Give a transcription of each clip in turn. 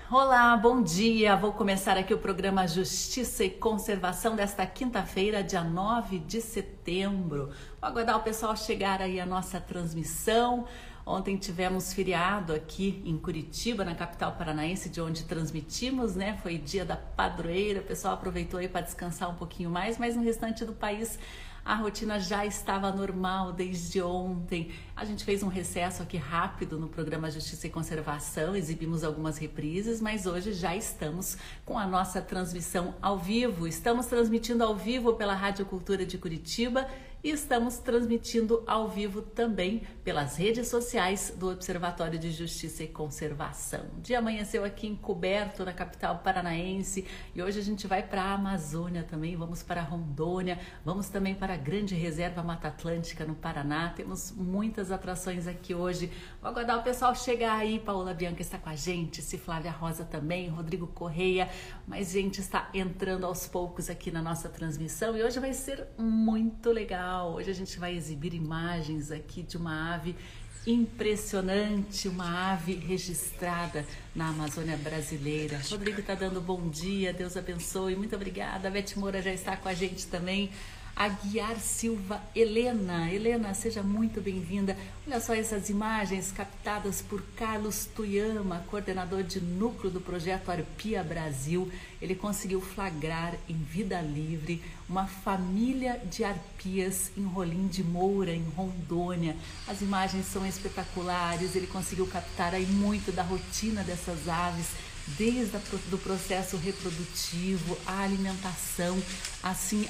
Olá, bom dia. Vou começar aqui o programa Justiça e Conservação desta quinta-feira, dia 9 de setembro. Vou aguardar o pessoal chegar aí à nossa transmissão. Ontem tivemos feriado aqui em Curitiba, na capital paranaense, de onde transmitimos, né? Foi dia da padroeira, o pessoal aproveitou aí para descansar um pouquinho mais, mas no restante do país a rotina já estava normal desde ontem. A gente fez um recesso aqui rápido no programa Justiça e Conservação, exibimos algumas reprises, mas hoje já estamos com a nossa transmissão ao vivo. Estamos transmitindo ao vivo pela Rádio Cultura de Curitiba e estamos transmitindo ao vivo também pelas redes sociais do Observatório de Justiça e Conservação. O dia amanheceu aqui encoberto na capital paranaense e hoje a gente vai para a Amazônia também, vamos para Rondônia, vamos também para a Grande Reserva Mata Atlântica no Paraná. Temos muitas atrações aqui hoje. Vou aguardar o pessoal chegar aí. Paola Bianca está com a gente, Flávia Rosa também, Rodrigo Correia, mais gente está entrando aos poucos aqui na nossa transmissão e hoje vai ser muito legal. Hoje a gente vai exibir imagens aqui de uma ave impressionante, uma ave registrada na Amazônia brasileira. Rodrigo está dando bom dia, Deus abençoe, muito obrigada. A Beth Moura já está com a gente também. Aguiar Silva Helena, seja muito bem-vinda. Olha só essas imagens captadas por Carlos Tuyama, coordenador de núcleo do projeto Arpia Brasil. Ele conseguiu flagrar em vida livre uma família de arpias em Rolim de Moura, em Rondônia. As imagens são espetaculares, ele conseguiu captar aí muito da rotina dessas aves, desde o processo reprodutivo, a alimentação, assim,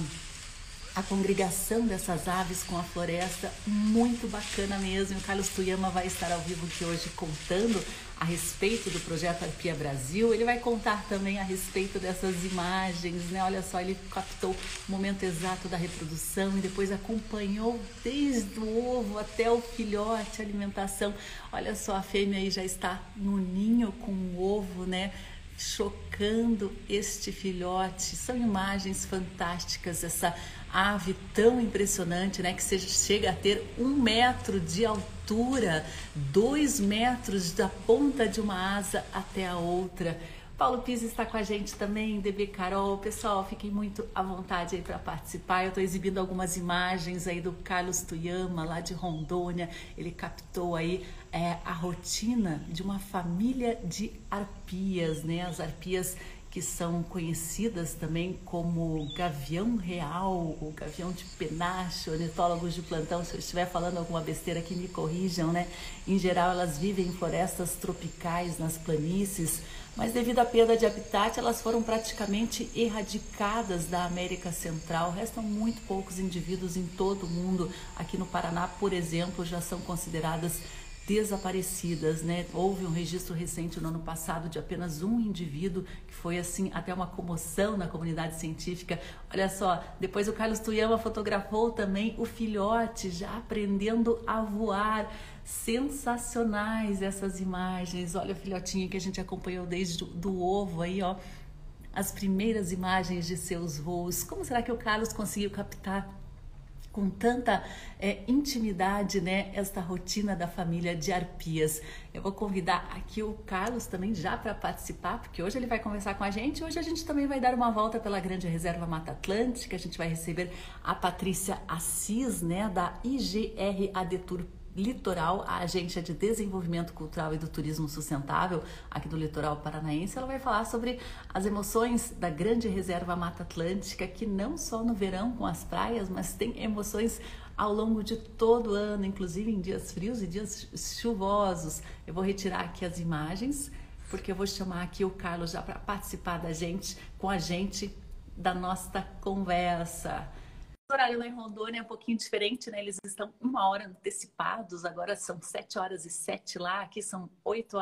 a congregação dessas aves com a floresta, muito bacana mesmo. O Carlos Tuyama vai estar ao vivo aqui hoje contando a respeito do projeto Arpia Brasil. Ele vai contar também a respeito dessas imagens, né? Olha só, ele captou o momento exato da reprodução e depois acompanhou desde o ovo até o filhote, a alimentação. Olha só, a fêmea aí já está no ninho com o ovo, né? Chocando este filhote. São imagens fantásticas, essa ave tão impressionante, né, que chega a ter 1 metro de altura, 2 metros da ponta de uma asa até a outra. Paulo Pisa está com a gente também, DB Carol. Pessoal, fiquem muito à vontade aí para participar. Eu estou exibindo algumas imagens aí do Carlos Tuyama, lá de Rondônia. Ele captou aí a rotina de uma família de arpias, né? As arpias que são conhecidas também como gavião real, ou gavião de penacho. Ornitólogos de plantão, se eu estiver falando alguma besteira aqui, me corrijam, né? Em geral, elas vivem em florestas tropicais, nas planícies, mas devido à perda de habitat, elas foram praticamente erradicadas da América Central. Restam muito poucos indivíduos em todo o mundo. Aqui no Paraná, por exemplo, já são consideradas desaparecidas, né? Houve um registro recente no ano passado de apenas um indivíduo, que foi assim até uma comoção na comunidade científica. Olha só, depois o Carlos Tuyama fotografou também o filhote já aprendendo a voar. Sensacionais essas imagens. Olha o filhotinho que a gente acompanhou desde do ovo aí, ó, as primeiras imagens de seus voos. Como será que o Carlos conseguiu captar com tanta intimidade, né, esta rotina da família de arpias? Eu vou convidar aqui o Carlos também já para participar, porque hoje ele vai conversar com a gente. Hoje a gente também vai dar uma volta pela Grande Reserva Mata Atlântica. A gente vai receber a Patrícia Assis, né, da IGR Adetur Litoral, a Agência de Desenvolvimento Cultural e do Turismo Sustentável aqui do litoral paranaense. Ela vai falar sobre as emoções da Grande Reserva Mata Atlântica, que não só no verão com as praias, mas tem emoções ao longo de todo o ano, inclusive em dias frios e dias chuvosos. Eu vou retirar aqui as imagens, porque eu vou chamar aqui o Carlos já para participar com a gente da nossa conversa. O horário lá em Rondônia é um pouquinho diferente, né? Eles estão 1 hora antecipados, agora são 7h07 lá, aqui são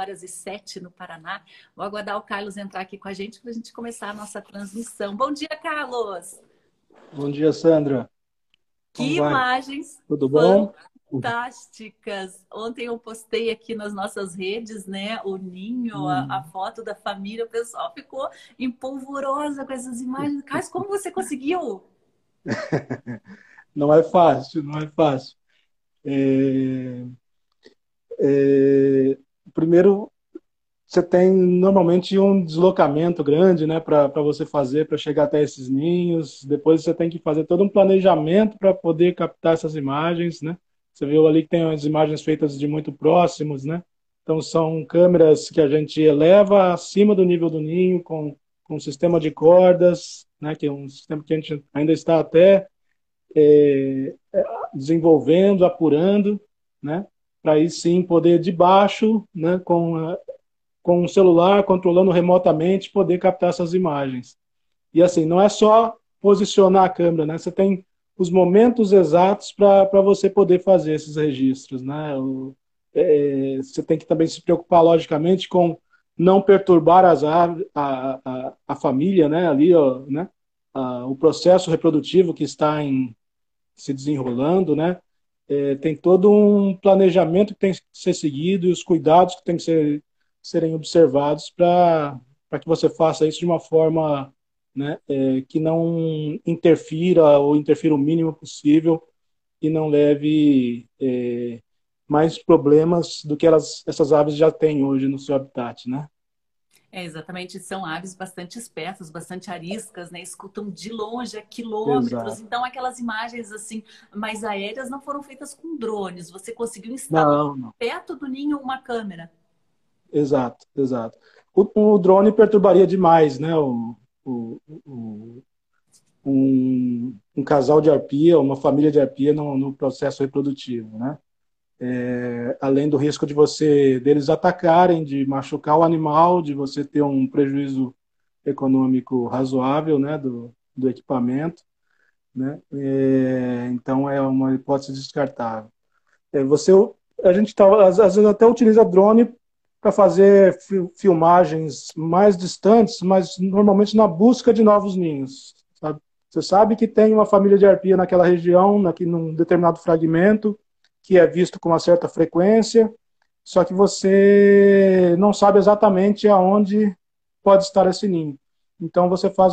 8h07 no Paraná. Vou aguardar o Carlos entrar aqui com a gente para a gente começar a nossa transmissão. Bom dia, Carlos! Bom dia, Sandra. Como Que vai? imagens Tudo bom? fantásticas! Ontem eu postei aqui nas nossas redes, né, o ninho, a Hum. foto da família, o pessoal ficou empolvorosa com essas imagens. Carlos, como você conseguiu? Não é fácil, não é fácil. É, Primeiro, você tem normalmente um deslocamento grande, né, para você fazer, para chegar até esses ninhos. Depois você tem que fazer todo um planejamento para poder captar essas imagens, né? Você viu ali que tem as imagens feitas de muito próximos, né? Então são câmeras que a gente eleva acima do nível do ninho com um sistema de cordas, né, que é um sistema que a gente ainda está até desenvolvendo, apurando, né? Para aí sim poder de baixo, né, com um celular, controlando remotamente, poder captar essas imagens. E assim, não é só posicionar a câmera, né? Você tem os momentos exatos para você poder fazer esses registros, né? Você tem que também se preocupar, logicamente, com não perturbar as aves, a família, né? Ali, ó, né? O processo reprodutivo que está se desenrolando, né? Tem todo um planejamento que tem que ser seguido e os cuidados que tem que serem observados para que você faça isso de uma forma, né, que não interfira ou interfira o mínimo possível e não leve mais problemas do que essas aves já têm hoje no seu habitat, né? É, exatamente, são aves bastante espertas, bastante ariscas, né? Escutam de longe, a quilômetros. Exato. Então, aquelas imagens assim mais aéreas não foram feitas com drones. Você conseguiu instalar Não, não. perto do ninho uma câmera. Exato, exato. O drone perturbaria demais, né? Um casal de arpia, uma família de arpia no processo reprodutivo, né? Além do risco de deles atacarem, de machucar o animal, de você ter um prejuízo econômico razoável, né, do equipamento, né? Então é uma hipótese descartável. Você, a gente às vezes até utiliza drone para fazer filmagens mais distantes, mas normalmente na busca de novos ninhos, sabe? Você sabe que tem uma família de arpia naquela região, num determinado fragmento, que é visto com uma certa frequência, só que você não sabe exatamente aonde pode estar esse ninho. Então você faz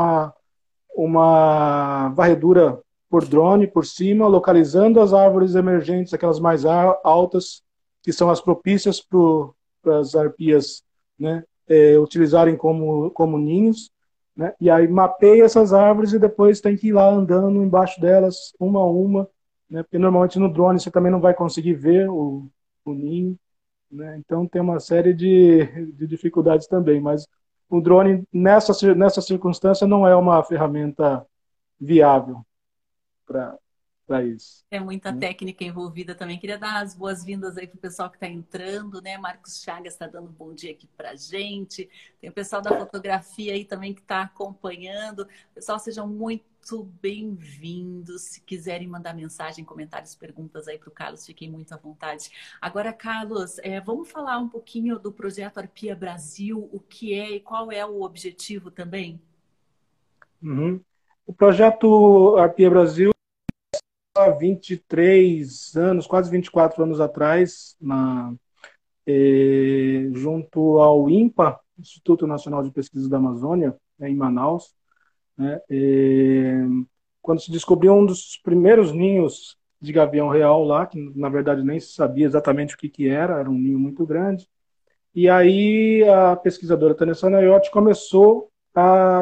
uma varredura por drone por cima, localizando as árvores emergentes, aquelas mais altas, que são as propícias para as arpias, né, utilizarem como ninhos, né, e aí mapeia essas árvores e depois tem que ir lá andando embaixo delas, uma a uma, né, porque normalmente no drone você também não vai conseguir ver o ninho, né, então tem uma série de dificuldades também, mas o drone, nessa circunstância, não é uma ferramenta viável para isso. É muita Né? técnica envolvida também. Queria dar as boas-vindas aí para o pessoal que está entrando, né? Marcos Chagas está dando um bom dia aqui para a gente. Tem o pessoal da fotografia aí também que está acompanhando. Pessoal, sejam muito bem-vindos. Se quiserem mandar mensagem, comentários, perguntas aí para o Carlos, fiquem muito à vontade. Agora, Carlos, vamos falar um pouquinho do projeto Arpia Brasil, o que é e qual é o objetivo também? Uhum. O projeto Arpia Brasil, há 23 anos, quase 24 anos atrás, junto ao INPA, Instituto Nacional de Pesquisa da Amazônia, em Manaus, né, quando se descobriu um dos primeiros ninhos de gavião real lá, que na verdade nem se sabia exatamente o que era um ninho muito grande. E aí a pesquisadora Tânia Sanaiotti começou a...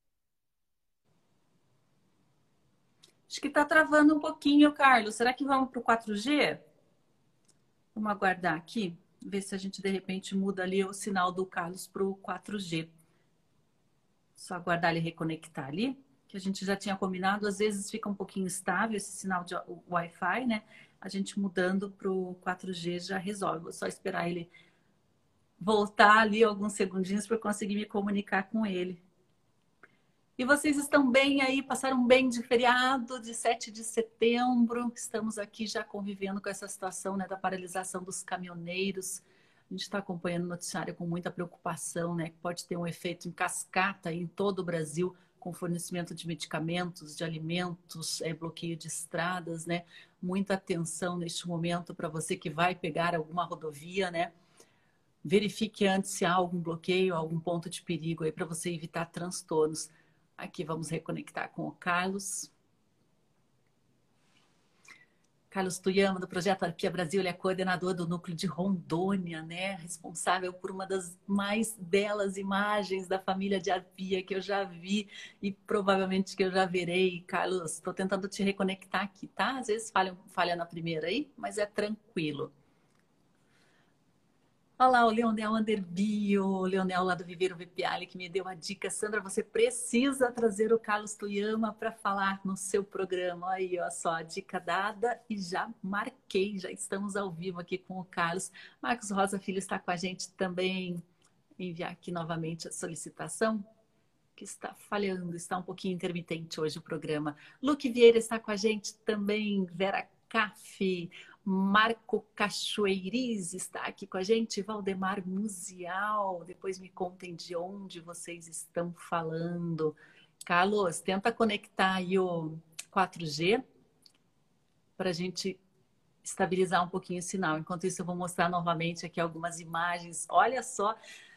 Acho que está travando um pouquinho, Carlos. Será que vamos para o 4G? Vamos aguardar aqui, ver se a gente de repente muda ali o sinal do Carlos para o 4G. Só aguardar ele reconectar ali, que a gente já tinha combinado. Às vezes fica um pouquinho instável esse sinal de Wi-Fi, né? A gente mudando para o 4G já resolve. Vou só esperar ele voltar ali alguns segundinhos para eu conseguir me comunicar com ele. E vocês estão bem aí? Passaram bem de feriado de 7 de setembro? Estamos aqui já convivendo com essa situação, né, da paralisação dos caminhoneiros. A gente está acompanhando o noticiário com muita preocupação, né, que pode ter um efeito em cascata em todo o Brasil, com fornecimento de medicamentos, de alimentos, bloqueio de estradas, né? Muita atenção neste momento para você que vai pegar alguma rodovia, né? Verifique antes se há algum bloqueio, algum ponto de perigo aí para você evitar transtornos. Aqui vamos reconectar com o Carlos. Carlos Tuyama, do Projeto Arpia Brasil, ele é coordenador do núcleo de Rondônia, né? Responsável por uma das mais belas imagens da família de arpia que eu já vi e provavelmente que eu já verei. Carlos, estou tentando te reconectar aqui, tá? Às vezes falha na primeira aí, mas é tranquilo. Olha lá o Leonel Anderbio, o Leonel lá do Viveiro Vepiali, que me deu a dica. Sandra, você precisa trazer o Carlos Tuyama para falar no seu programa. Aí, ó, só a dica dada e já marquei, já estamos ao vivo aqui com o Carlos. Marcos Rosa Filho está com a gente também. Enviar aqui novamente a solicitação, que está falhando, está um pouquinho intermitente hoje o programa. Luque Vieira está com a gente também, Vera Caffe, Marco Cachoeiriz está aqui com a gente, Valdemar Musial, depois me contem de onde vocês estão falando. Carlos, tenta conectar aí o 4G para a gente estabilizar um pouquinho o sinal. Enquanto isso, eu vou mostrar novamente aqui algumas imagens. Olha só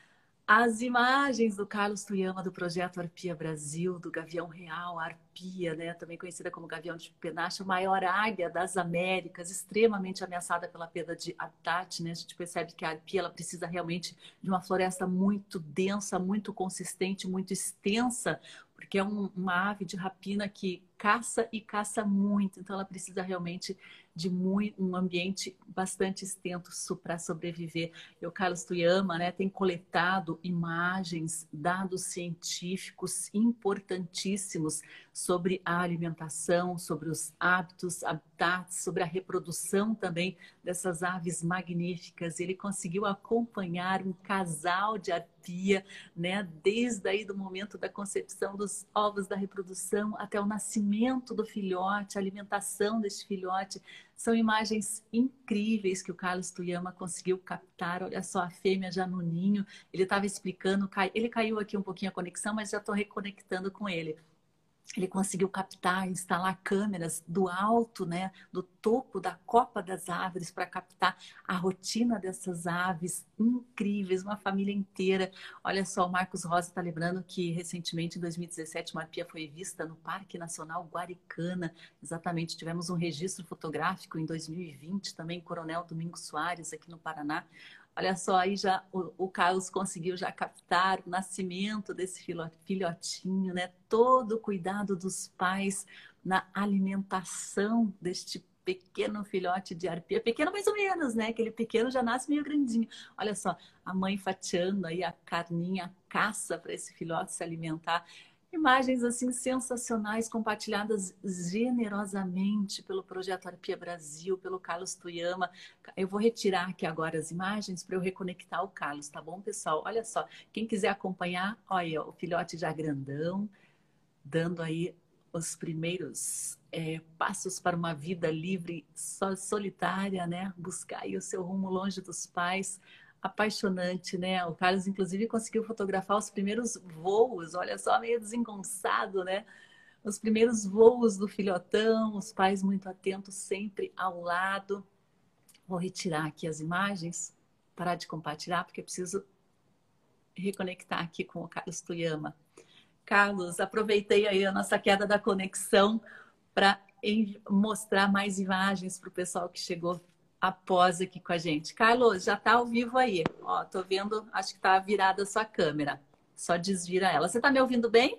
as imagens do Carlos Tuyama, do Projeto Arpia Brasil, do Gavião Real, a arpia, né, também conhecida como gavião de penacho, a maior águia das Américas, extremamente ameaçada pela perda de habitat, né? A gente percebe que a arpia ela precisa realmente de uma floresta muito densa, muito consistente, muito extensa, porque é uma ave de rapina que caça e caça muito, então ela precisa realmente de um ambiente bastante extenso para sobreviver. E o Carlos Tuyama, né, tem coletado imagens, dados científicos importantíssimos sobre a alimentação, sobre os hábitos, habitats, sobre a reprodução também dessas aves magníficas. Ele conseguiu acompanhar um casal de arpia, né, desde aí do momento da concepção dos ovos da reprodução até o nascimento do filhote, a alimentação deste filhote. São imagens incríveis que o Carlos Tuyama conseguiu captar. Olha só, a fêmea já no ninho. Ele estava explicando, ele caiu aqui um pouquinho a conexão, mas já estou reconectando com ele. Ele conseguiu captar, instalar câmeras do alto, né, do topo da copa das árvores para captar a rotina dessas aves incríveis, uma família inteira. Olha só, o Marcos Rosa está lembrando que recentemente, em 2017, uma arpia foi vista no Parque Nacional Guaricana. Exatamente, tivemos um registro fotográfico em 2020, também em Coronel Domingos Soares, aqui no Paraná. Olha só, aí já o Carlos conseguiu já captar o nascimento desse filhotinho, né? Todo o cuidado dos pais na alimentação deste pequeno filhote de arpia. Pequeno mais ou menos, né? Aquele pequeno já nasce meio grandinho. Olha só, a mãe fatiando aí a carninha, a caça para esse filhote se alimentar. Imagens assim sensacionais, compartilhadas generosamente pelo Projeto Arpia Brasil, pelo Carlos Tuyama. Eu vou retirar aqui agora as imagens para eu reconectar o Carlos, tá bom, pessoal? Olha só, quem quiser acompanhar, olha o filhote já grandão, dando aí os primeiros passos para uma vida livre, solitária, né? Buscar aí o seu rumo longe dos pais. Apaixonante, né? O Carlos, inclusive, conseguiu fotografar os primeiros voos, olha só, meio desengonçado, né? Os primeiros voos do filhotão, os pais muito atentos, sempre ao lado. Vou retirar aqui as imagens, parar de compartilhar, porque eu preciso reconectar aqui com o Carlos Tuyama. Carlos, aproveitei aí a nossa queda da conexão para mostrar mais imagens para o pessoal que chegou após aqui com a gente. Carlos, já está ao vivo aí. Ó, tô vendo, acho que está virada a sua câmera. Só desvira ela. Você está me ouvindo bem?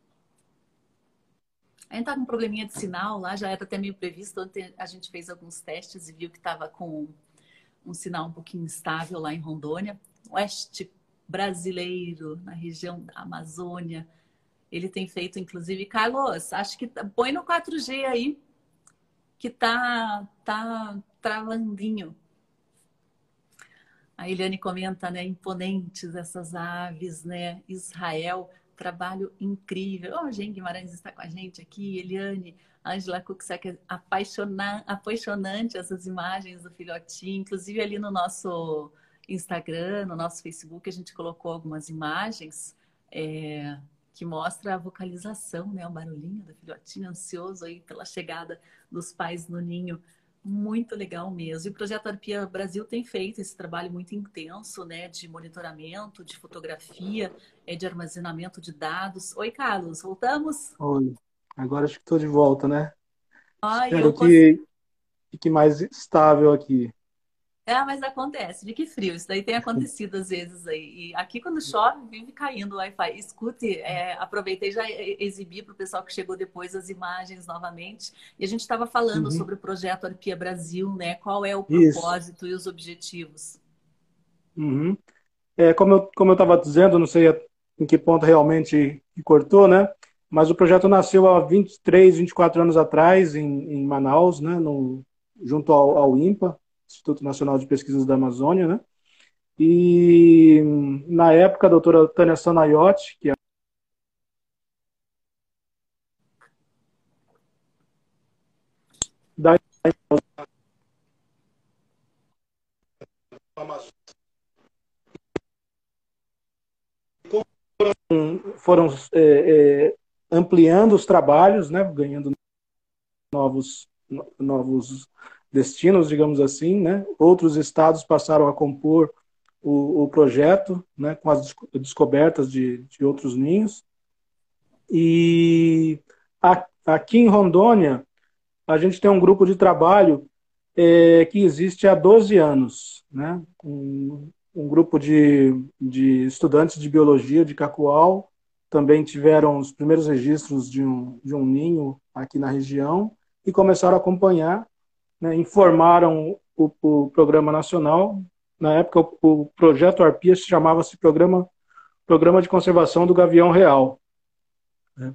A gente tá com um probleminha de sinal lá, já era até meio previsto. Ontem a gente fez alguns testes e viu que estava com um sinal um pouquinho instável lá em Rondônia. Oeste brasileiro, na região da Amazônia. Ele tem feito, inclusive, Carlos, acho que põe no 4G aí, que tá travandinho. A Eliane comenta, né? Imponentes essas aves, né? Israel, trabalho incrível. Oh, Jean Guimarães está com a gente aqui, Eliane, Angela Kuxek, apaixonante essas imagens do filhotinho. Inclusive ali no nosso Instagram, no nosso Facebook, a gente colocou algumas imagens que mostra a vocalização, né? O barulhinho do filhotinho ansioso aí pela chegada dos pais no ninho. Muito legal mesmo. E o Projeto Arpia Brasil tem feito esse trabalho muito intenso, né, de monitoramento, de fotografia, de armazenamento de dados. Oi, Carlos, voltamos? Oi. Agora acho que estou de volta, né? Ai, Espero que fique mais estável aqui. Mas acontece, fique frio. Isso daí tem acontecido às vezes aí. E aqui quando chove, vive caindo o Wi-Fi. Escute, aproveitei e já exibi para o pessoal que chegou depois as imagens novamente. E a gente estava falando Uhum. sobre o projeto Arpia Brasil, né? Qual é o Isso. propósito e os objetivos? Uhum. Como eu estava dizendo, não sei em que ponto realmente que cortou, né? Mas o projeto nasceu há 23, 24 anos atrás, em Manaus, né? Junto ao INPA, Instituto Nacional de Pesquisas da Amazônia, né? E na época a doutora Tânia Sanaiotti, que é da Amazônia, foram ampliando os trabalhos, né? Ganhando novos destinos, digamos assim, né? Outros estados passaram a compor o projeto, né? Com as descobertas de outros ninhos. E aqui em Rondônia, a gente tem um grupo de trabalho que existe há 12 anos, né? Um grupo de estudantes de biologia de Cacoal também tiveram os primeiros registros de um ninho aqui na região e começaram a acompanhar, né? Informaram o Programa Nacional. Na época, o projeto Arpia chamava-se Programa de Conservação do Gavião Real, né?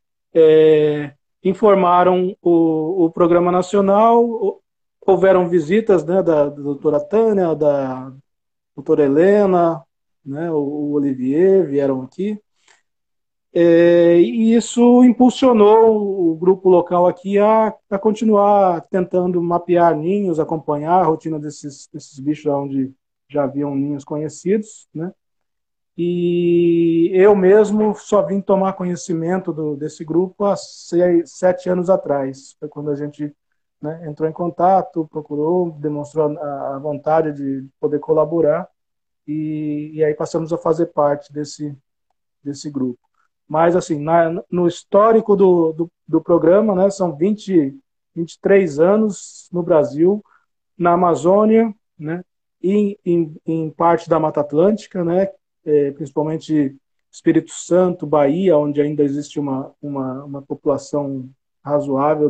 Informaram o Programa Nacional, houveram visitas, né, da doutora Tânia, da doutora Helena, né, o Olivier vieram aqui, e isso impulsionou o grupo local aqui a continuar tentando mapear ninhos, acompanhar a rotina desses bichos onde já haviam ninhos conhecidos, né? E eu mesmo só vim tomar conhecimento desse grupo há 7 anos atrás. Foi quando a gente, né, entrou em contato, procurou, demonstrou a vontade de poder colaborar e aí passamos a fazer parte desse grupo. Mas, assim, no histórico do programa, né, são 23 anos no Brasil, na Amazônia, né, e em parte da Mata Atlântica, né, principalmente Espírito Santo, Bahia, onde ainda existe uma população razoável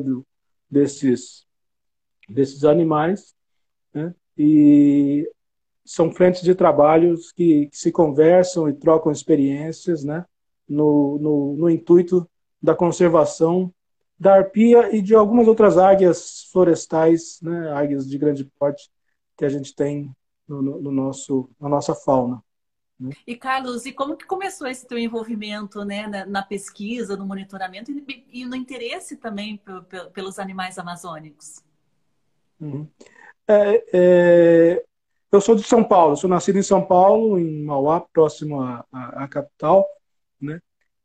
desses animais, né, e são frentes de trabalhos que se conversam e trocam experiências, né, no intuito da conservação da arpia e de algumas outras águias florestais, né, águias de grande porte que a gente tem na nossa fauna, né? E Carlos, e como que começou esse teu envolvimento, né, na pesquisa, no monitoramento e no interesse também pelos animais amazônicos? Uhum. É, é, eu sou de São Paulo, sou nascido em São Paulo, em Mauá, próximo à capital, né?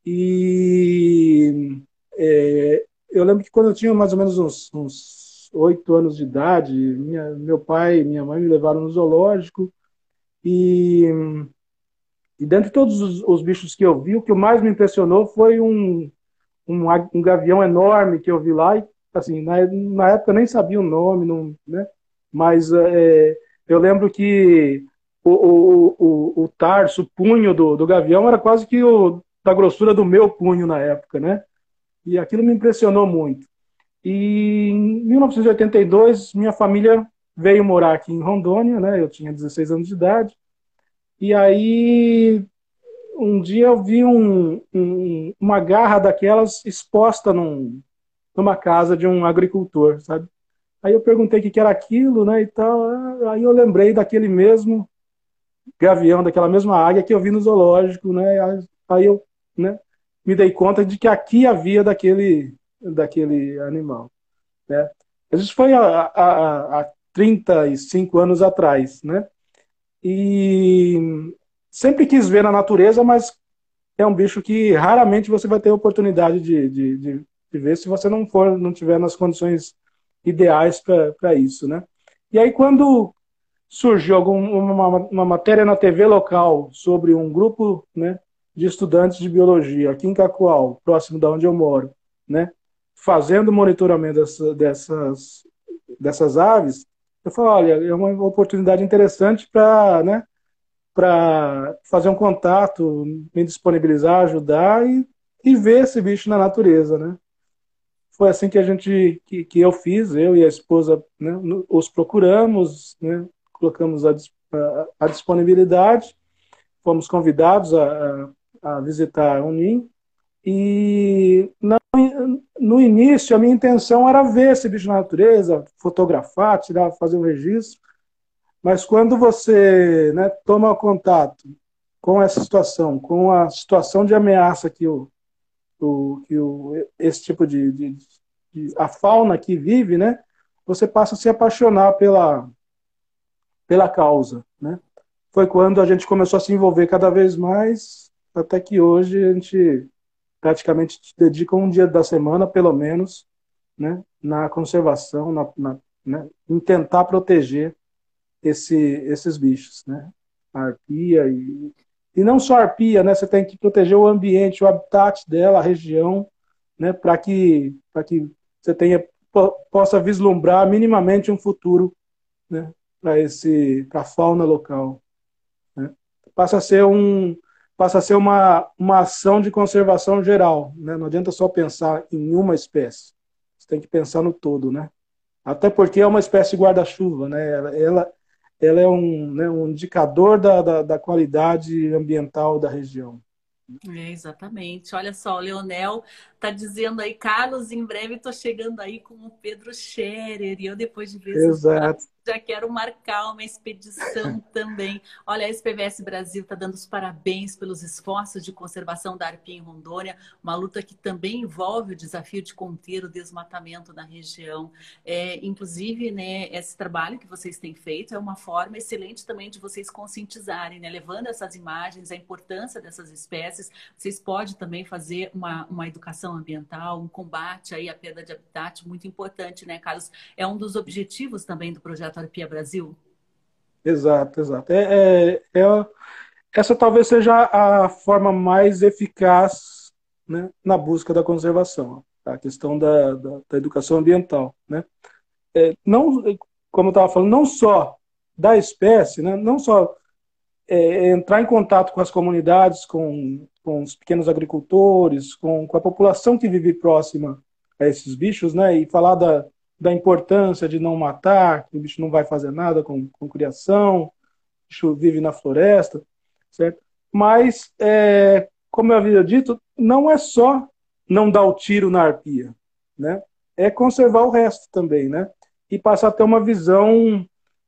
E eu lembro que quando eu tinha mais ou menos uns 8 anos de idade, meu pai e minha mãe me levaram no zoológico e, e dentre todos os bichos que eu vi, o que mais me impressionou foi um gavião enorme que eu vi lá e, assim, na época eu nem sabia o nome, não, né? Mas eu lembro que o tarso, o punho do gavião era quase que da grossura do meu punho na época, né? E aquilo me impressionou muito. E em 1982, minha família veio morar aqui em Rondônia, né? Eu tinha 16 anos de idade. E aí, um dia eu vi uma garra daquelas exposta numa casa de um agricultor, sabe? Aí eu perguntei o que era aquilo, né, e tal. Aí eu lembrei daquele mesmo gavião, daquela mesma águia que eu vi no zoológico, né? Aí eu, né, me dei conta de que aqui havia daquele animal, né? Isso foi há 35 anos atrás, né? E sempre quis ver na natureza, mas é um bicho que raramente você vai ter oportunidade de ver se você não tiver nas condições ideais para isso, né? E aí quando surgiu uma matéria na TV local sobre um grupo, né, de estudantes de biologia aqui em Cacoal, próximo da onde eu moro, né, fazendo monitoramento dessas aves, eu falo, olha, é uma oportunidade interessante para, né, para fazer um contato, me disponibilizar, ajudar e ver esse bicho na natureza, né? Foi assim que que eu fiz, eu e a esposa, né, os procuramos, né, colocamos a disponibilidade, fomos convidados a visitar o ninho e no início a minha intenção era ver esse bicho na natureza, fotografar, tirar, fazer um registro, mas quando você, né, toma contato com essa situação, com a situação de ameaça esse tipo a fauna que vive, né, você passa a se apaixonar pela causa, né? Foi quando a gente começou a se envolver cada vez mais, até que hoje a gente praticamente dedica um dia da semana, pelo menos, né, na conservação, né, em tentar proteger esses bichos, né? A arpia e não só a arpia, né? Você tem que proteger o ambiente, o habitat dela, a região, né? Para que você possa vislumbrar minimamente um futuro, né? Para a fauna local, né? Passa a ser uma ação de conservação geral, né? Não adianta só pensar em uma espécie, você tem que pensar no todo, né? Até porque é uma espécie guarda-chuva, né? Ela é né, um indicador da qualidade ambiental da região. É, exatamente. Olha só, o Leonel tá dizendo aí, Carlos, em breve estou chegando aí com o Pedro Scherer, e eu, depois de ver essas Exato. imagens, já quero marcar uma expedição também. Olha, a SPVS Brasil está dando os parabéns pelos esforços de conservação da arpia em Rondônia, uma luta que também envolve o desafio de conter o desmatamento na região. Inclusive, né, esse trabalho que vocês têm feito é uma forma excelente também de vocês conscientizarem, né, levando essas imagens, a importância dessas espécies. Vocês podem também fazer uma educação ambiental, um combate aí à perda de habitat muito importante, né, Carlos? É um dos objetivos também do projeto Arpia Brasil. Exato, exato. Essa talvez seja a forma mais eficaz, né, na busca da conservação, a questão da educação ambiental, né? Não, como eu estava falando, não só da espécie, né, não só entrar em contato com as comunidades, com os pequenos agricultores, com a população que vive próxima a esses bichos, né, e falar da importância de não matar, que o bicho não vai fazer nada com criação, o bicho vive na floresta, certo? Mas, como eu havia dito, não é só não dar o tiro na arpia, né? É conservar o resto também, né? E passar a ter uma visão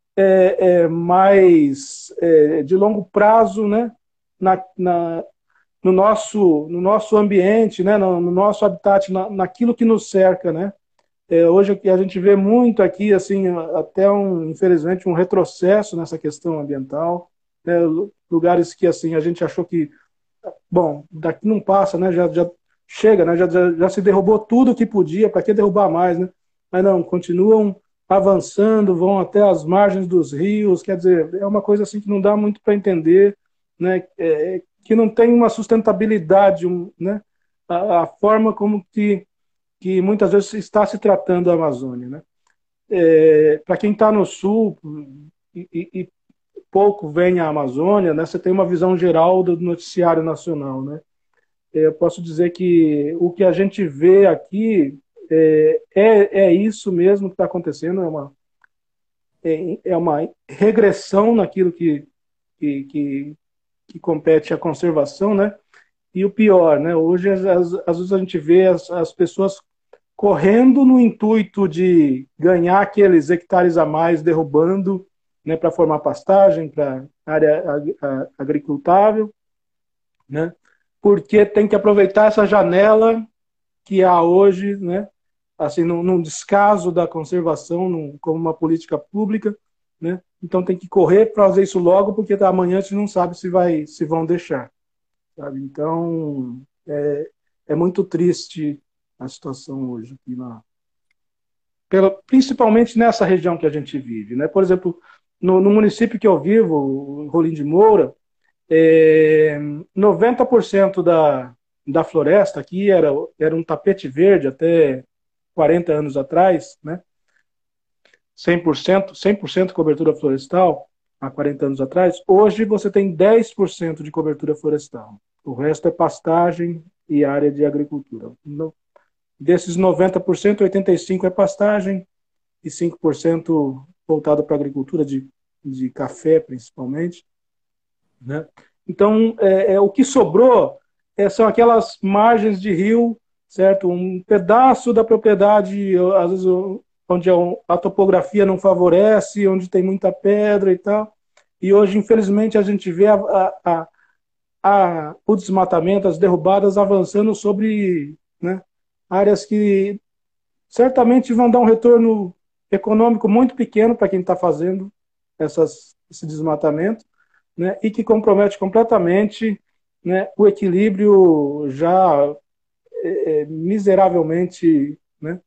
mais de longo prazo, né? na, na, no nosso ambiente, né? No nosso habitat, naquilo que nos cerca, né? Hoje a gente vê muito aqui, assim, até infelizmente, um retrocesso nessa questão ambiental, né? Lugares que assim a gente achou que, bom, daqui não passa, né? Já chega, né? Já se derrubou tudo que podia, para que derrubar mais, né? Mas não, continuam avançando, vão até as margens dos rios, quer dizer, é uma coisa assim que não dá muito para entender, né? Que não tem uma sustentabilidade, né? A forma como que muitas vezes está se tratando a Amazônia, né? Para quem está no sul e pouco vem à Amazônia, né? Você tem uma visão geral do noticiário nacional, né? Eu posso dizer que o que a gente vê aqui é isso mesmo que está acontecendo, é uma regressão naquilo que, que compete à conservação, né? E o pior, né? Hoje, às vezes a gente vê as pessoas correndo no intuito de ganhar aqueles hectares a mais, derrubando, né, para formar pastagem, para área agricultável, né? Porque tem que aproveitar essa janela que há hoje, né? Assim, num descaso da conservação, como uma política pública, né? Então tem que correr para fazer isso logo, porque amanhã a gente não sabe se vão deixar, sabe? Então é muito triste a situação hoje aqui principalmente nessa região que a gente vive, né? Por exemplo, no município que eu vivo, Rolim de Moura, 90% da floresta aqui era um tapete verde até 40 anos atrás, né? 100% cobertura florestal, há 40 anos atrás, hoje você tem 10% de cobertura florestal. O resto é pastagem e área de agricultura. Desses 90%, 85% é pastagem e 5% voltado para a agricultura de café, principalmente. Né? Então, o que sobrou são aquelas margens de rio, certo? Um pedaço da propriedade, às vezes, onde a topografia não favorece, onde tem muita pedra e tal. E hoje, infelizmente, a gente vê o desmatamento, as derrubadas avançando sobre, né, áreas que certamente vão dar um retorno econômico muito pequeno para quem está fazendo esse desmatamento, né, e que compromete completamente, né, o equilíbrio já miseravelmente, né,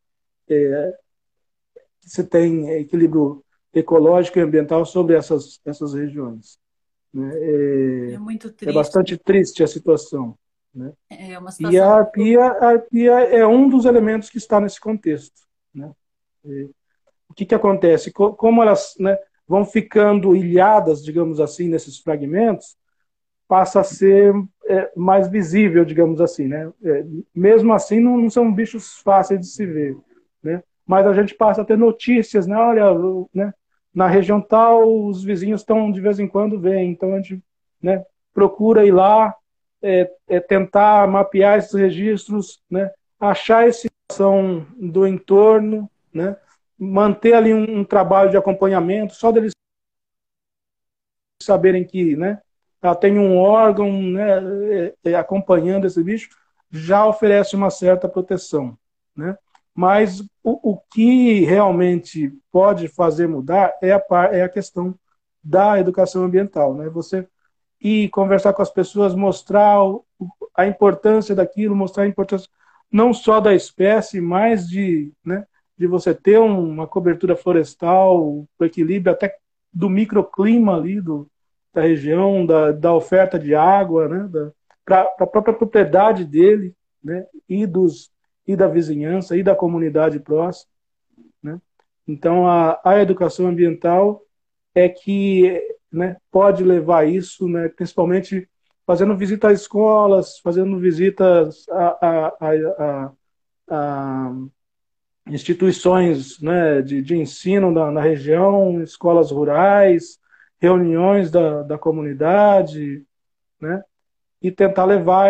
que se tem equilíbrio ecológico e ambiental sobre essas regiões. Né? É muito É triste. bastante triste a situação. Né? É uma E situação muito... a arpia é um dos elementos que está nesse contexto. Né? O que acontece? Como elas, né, vão ficando ilhadas, digamos assim, nesses fragmentos, passa a ser mais visível, digamos assim. Né? Mesmo assim, não são bichos fáceis de se ver. Né? Mas a gente passa a ter notícias, né? Olha, né, na região tal, os vizinhos estão, de vez em quando, vêm. Então, a gente, né, procura ir lá, tentar mapear esses registros, né, achar essa situação do entorno, né, manter ali um trabalho de acompanhamento, só deles saberem que, né, tem um órgão, né, acompanhando esse bicho, já oferece uma certa proteção. Né? Mas o que realmente pode fazer mudar é a questão da educação ambiental. Né? Você ir conversar com as pessoas, mostrar a importância daquilo, mostrar a importância não só da espécie, mas né, de você ter uma cobertura florestal, o equilíbrio até do microclima ali da região, da oferta de água, né, para a própria propriedade dele, né, e da vizinhança e da comunidade próxima. Né? Então, a educação ambiental é que, né, pode levar isso, né, principalmente fazendo visitas às escolas, fazendo visitas a instituições, né, de ensino na região, escolas rurais, reuniões da comunidade, né, e tentar levar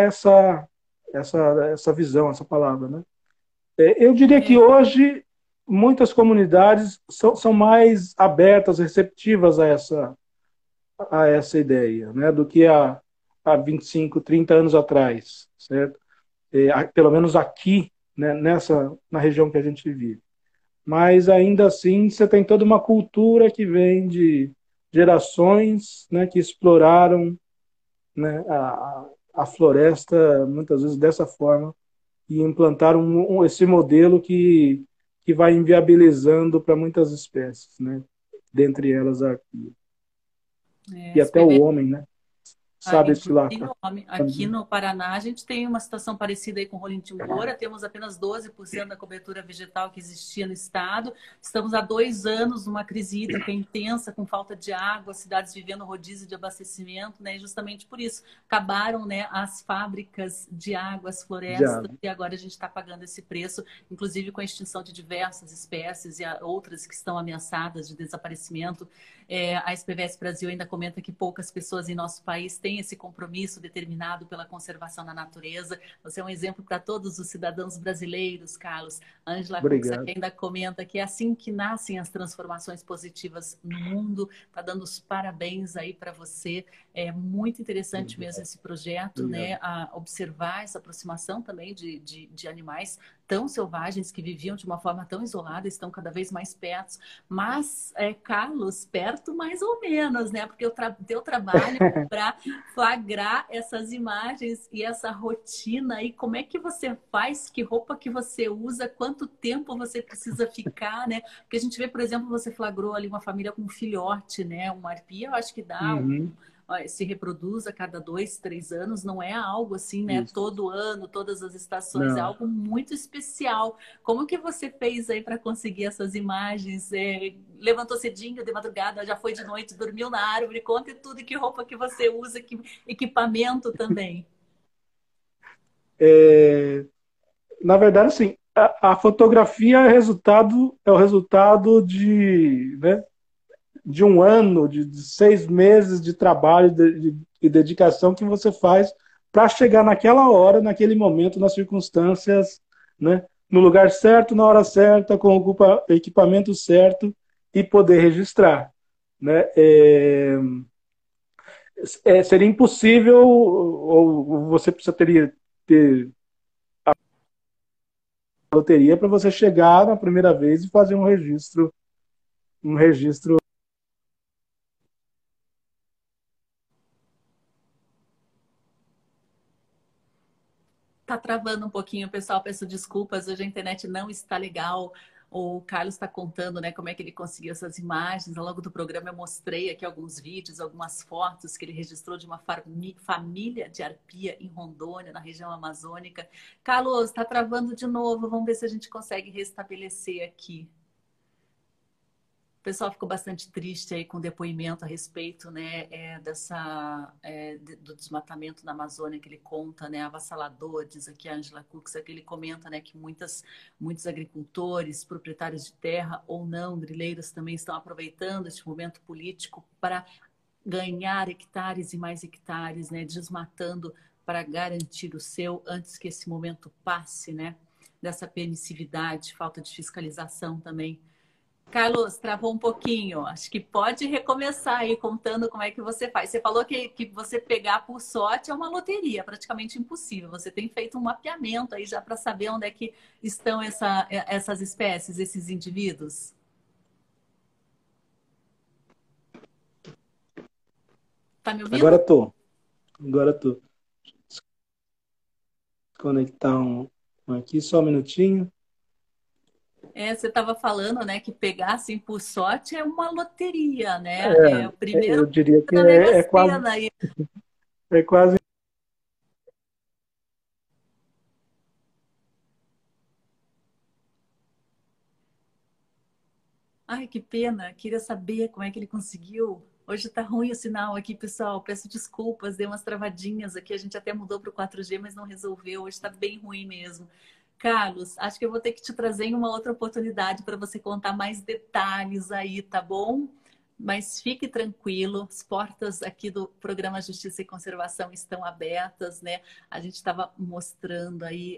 essa visão, essa palavra. Né. Eu diria que É, hoje muitas comunidades são mais abertas, receptivas a essa ideia, né, do que há 25, 30 anos atrás, certo? Pelo menos aqui, né, na região que a gente vive. Mas ainda assim, você tem toda uma cultura que vem de gerações, né, que exploraram, né, a floresta, muitas vezes dessa forma, e implantaram esse modelo que vai inviabilizando para muitas espécies, né, dentre elas a arpia. E até o SPV. homem, né? Sabe se lá. Inclusive, aqui no Paraná, a gente tem uma situação parecida aí com Rolim de Moura, temos apenas 12% da cobertura vegetal que existia no estado. Estamos há 2 anos numa crise hídrica intensa, com falta de água, cidades vivendo rodízio de abastecimento, né? E justamente por isso acabaram, né, as fábricas de água, as florestas, Já. e agora a gente está pagando esse preço, inclusive com a extinção de diversas espécies e outras que estão ameaçadas de desaparecimento. A SPVS Brasil ainda comenta que poucas pessoas em nosso país têm esse compromisso determinado pela conservação da natureza. Você é um exemplo para todos os cidadãos brasileiros, Carlos. A Ângela Cuxa Obrigado. ainda comenta que é assim que nascem as transformações positivas no mundo. Está dando os parabéns aí para você. É muito interessante mesmo esse projeto, Obrigado. né? A observar essa aproximação também de animais tão selvagens que viviam de uma forma tão isolada, estão cada vez mais perto. Mas, Carlos, perto mais ou menos, né? Porque o teu trabalho para flagrar essas imagens e essa rotina. E como é que você faz? Que roupa que você usa? Quanto tempo você precisa ficar, né? Porque a gente vê, por exemplo, você flagrou ali uma família com um filhote, né? Uma arpia, eu acho que dá Uhum. se reproduz a cada 2, 3 anos, não é algo assim, né? Isso. Todo ano, todas as estações, é Não. algo muito especial. Como que você fez aí para conseguir essas imagens? Levantou cedinho de madrugada, já foi de noite, dormiu na árvore, conta tudo, que roupa que você usa, que equipamento também. É, na verdade, assim, a fotografia é o resultado né, de um ano, de 6 meses de trabalho e dedicação que você faz para chegar naquela hora, naquele momento, nas circunstâncias, né, no lugar certo, na hora certa, com o equipamento certo e poder registrar. Né? Seria impossível, ou você teria ter loteria para você chegar na primeira vez e fazer um registro. Tá travando um pouquinho, pessoal. Peço desculpas. Hoje a internet não está legal. O Carlos está contando, né, como é que ele conseguiu essas imagens. Ao longo do programa eu mostrei aqui alguns vídeos, algumas fotos que ele registrou de uma família de arpia em Rondônia, na região amazônica. Carlos, está travando de novo. Vamos ver se a gente consegue restabelecer aqui. O pessoal ficou bastante triste aí com o depoimento a respeito, né, do desmatamento na Amazônia que ele conta, né, avassalador, diz aqui a Angela Cuxa, que ele comenta, né, que muitos agricultores, proprietários de terra ou não, grileiros também estão aproveitando este momento político para ganhar hectares e mais hectares, né, desmatando para garantir o seu antes que esse momento passe, né, dessa permissividade, falta de fiscalização também. Carlos, travou um pouquinho. Acho que pode recomeçar aí contando como é que você faz. Você falou que você pegar por sorte é uma loteria, praticamente impossível. Você tem feito um mapeamento aí já para saber onde é que estão essas espécies, esses indivíduos? Tá me Agora ouvindo? estou. Agora estou. Conectar aqui, só um minutinho. Você estava falando, né, que pegar assim por sorte é uma loteria, né? É o primeiro Eu diria que da Mega é quase, Sena. é quase. Ai, que pena. Queria saber como é que ele conseguiu. Hoje tá ruim o sinal aqui, pessoal. Peço desculpas, deu umas travadinhas aqui. A gente até mudou para o 4G, mas não resolveu. Hoje está bem ruim mesmo. Carlos, acho que eu vou ter que te trazer em uma outra oportunidade para você contar mais detalhes aí, tá bom? Mas fique tranquilo, as portas aqui do programa Justiça e Conservação estão abertas, né? A gente estava mostrando aí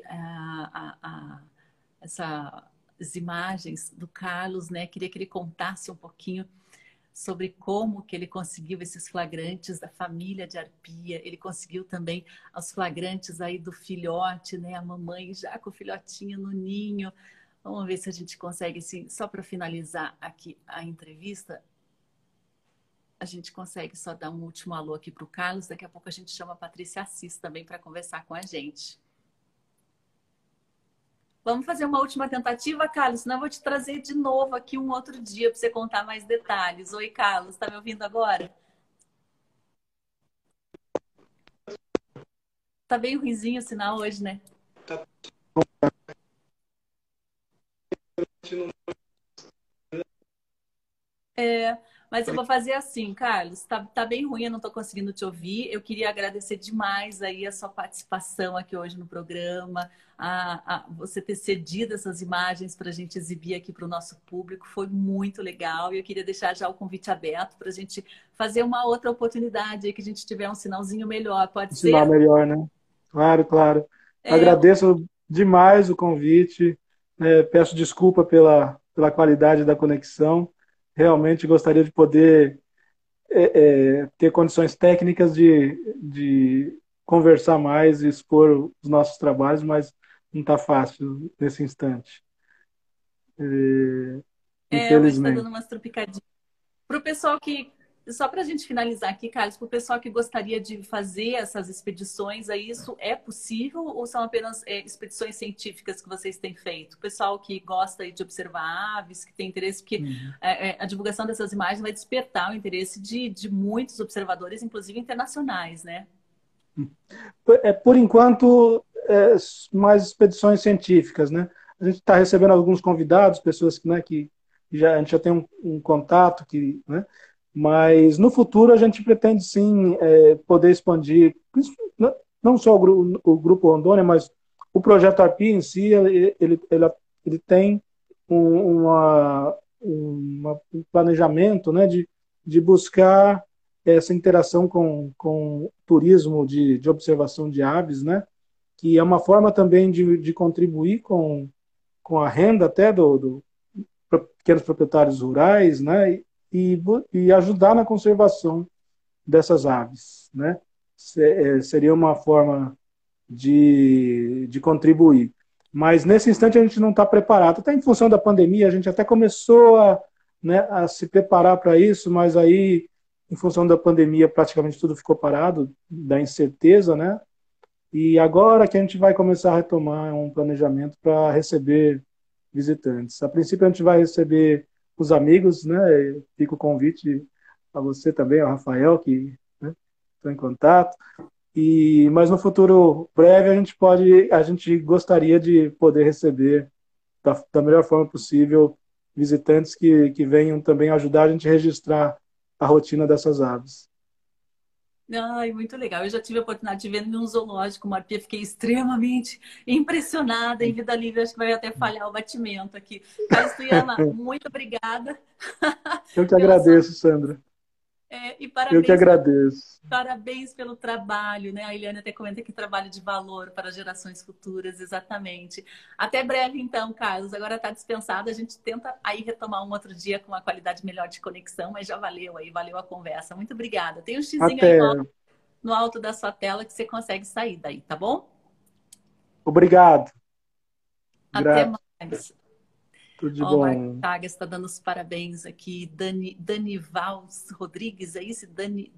essa as imagens do Carlos, né? Queria que ele contasse um pouquinho sobre como que ele conseguiu esses flagrantes da família de arpia. Ele conseguiu também os flagrantes aí do filhote, né? A mamãe já com o filhotinho no ninho. Vamos ver se a gente consegue, assim, só para finalizar aqui a entrevista, a gente consegue só dar um último alô aqui para o Carlos. Daqui a pouco a gente chama a Patrícia Assis também para conversar com a gente. Vamos fazer uma última tentativa, Carlos, senão eu vou te trazer de novo aqui um outro dia para você contar mais detalhes. Oi, Carlos, está me ouvindo agora? Tá bem ruinzinho o sinal hoje, né? É, mas eu vou fazer assim, Carlos, tá bem ruim, eu não estou conseguindo te ouvir. Eu queria agradecer demais aí a sua participação aqui hoje no programa, você ter cedido essas imagens para a gente exibir aqui para o nosso público, foi muito legal. E eu queria deixar já o convite aberto para a gente fazer uma outra oportunidade aí que a gente tiver um sinalzinho melhor, pode Um sinal ser? melhor, né? Claro, claro. É, Agradeço demais o convite. Peço desculpa pela qualidade da conexão. Realmente gostaria de poder ter condições técnicas de conversar mais e expor os nossos trabalhos, mas não está fácil nesse instante, hoje está dando infelizmente. umas tropicadinhas. Para o pessoal Só para a gente finalizar aqui, Carlos, para o pessoal que gostaria de fazer essas expedições, aí isso é possível ou são apenas expedições científicas que vocês têm feito? O pessoal que gosta aí de observar aves, que tem interesse, porque Uhum. a divulgação dessas imagens vai despertar o interesse de muitos observadores, inclusive internacionais, né? Por enquanto, mais expedições científicas, né? A gente está recebendo alguns convidados, pessoas que, né, que a gente já tem um contato, né? Mas no futuro a gente pretende sim poder expandir, não só o Grupo Rondônia, mas o projeto Arpi em si, ele tem um planejamento, né, de buscar essa interação com o turismo de observação de aves, né? Que é uma forma também de contribuir com a renda até do pequenos proprietários rurais, né? E ajudar na conservação dessas aves, né? Seria uma forma de contribuir. Mas nesse instante a gente não está preparado. Até em função da pandemia, a gente até começou né, a se preparar para isso, mas aí, em função da pandemia, praticamente tudo ficou parado, da incerteza, né? E agora que a gente vai começar a retomar um planejamento para receber visitantes. A princípio a gente vai receber os amigos, né? Fica o convite a você também, ao Rafael, que né, estou em contato. Mas no futuro breve a gente gostaria de poder receber da melhor forma possível visitantes que venham também ajudar a gente a registrar a rotina dessas aves. Ai, muito legal. Eu já tive a oportunidade de ver num zoológico uma arpia, fiquei extremamente impressionada. Em vida livre, acho que vai até falhar o batimento aqui. Carlos Tuyama, muito obrigada Eu que pela sua. agradeço, Sandra. E Eu que parabéns pelo, agradeço. parabéns pelo trabalho, né? A Eliane até comenta que trabalho de valor para gerações futuras, exatamente. Até breve, então, Carlos. Agora está dispensado. A gente tenta aí retomar um outro dia com uma qualidade melhor de conexão, mas já valeu aí, valeu a conversa. Muito obrigada. Tem um xizinho aí Até. no alto da sua tela que você consegue sair daí, tá bom? Obrigado. Até Grato. mais. Tudo de Ó, o Marco bom. Chagas está dando os parabéns aqui. Dani Vals Rodrigues, é isso?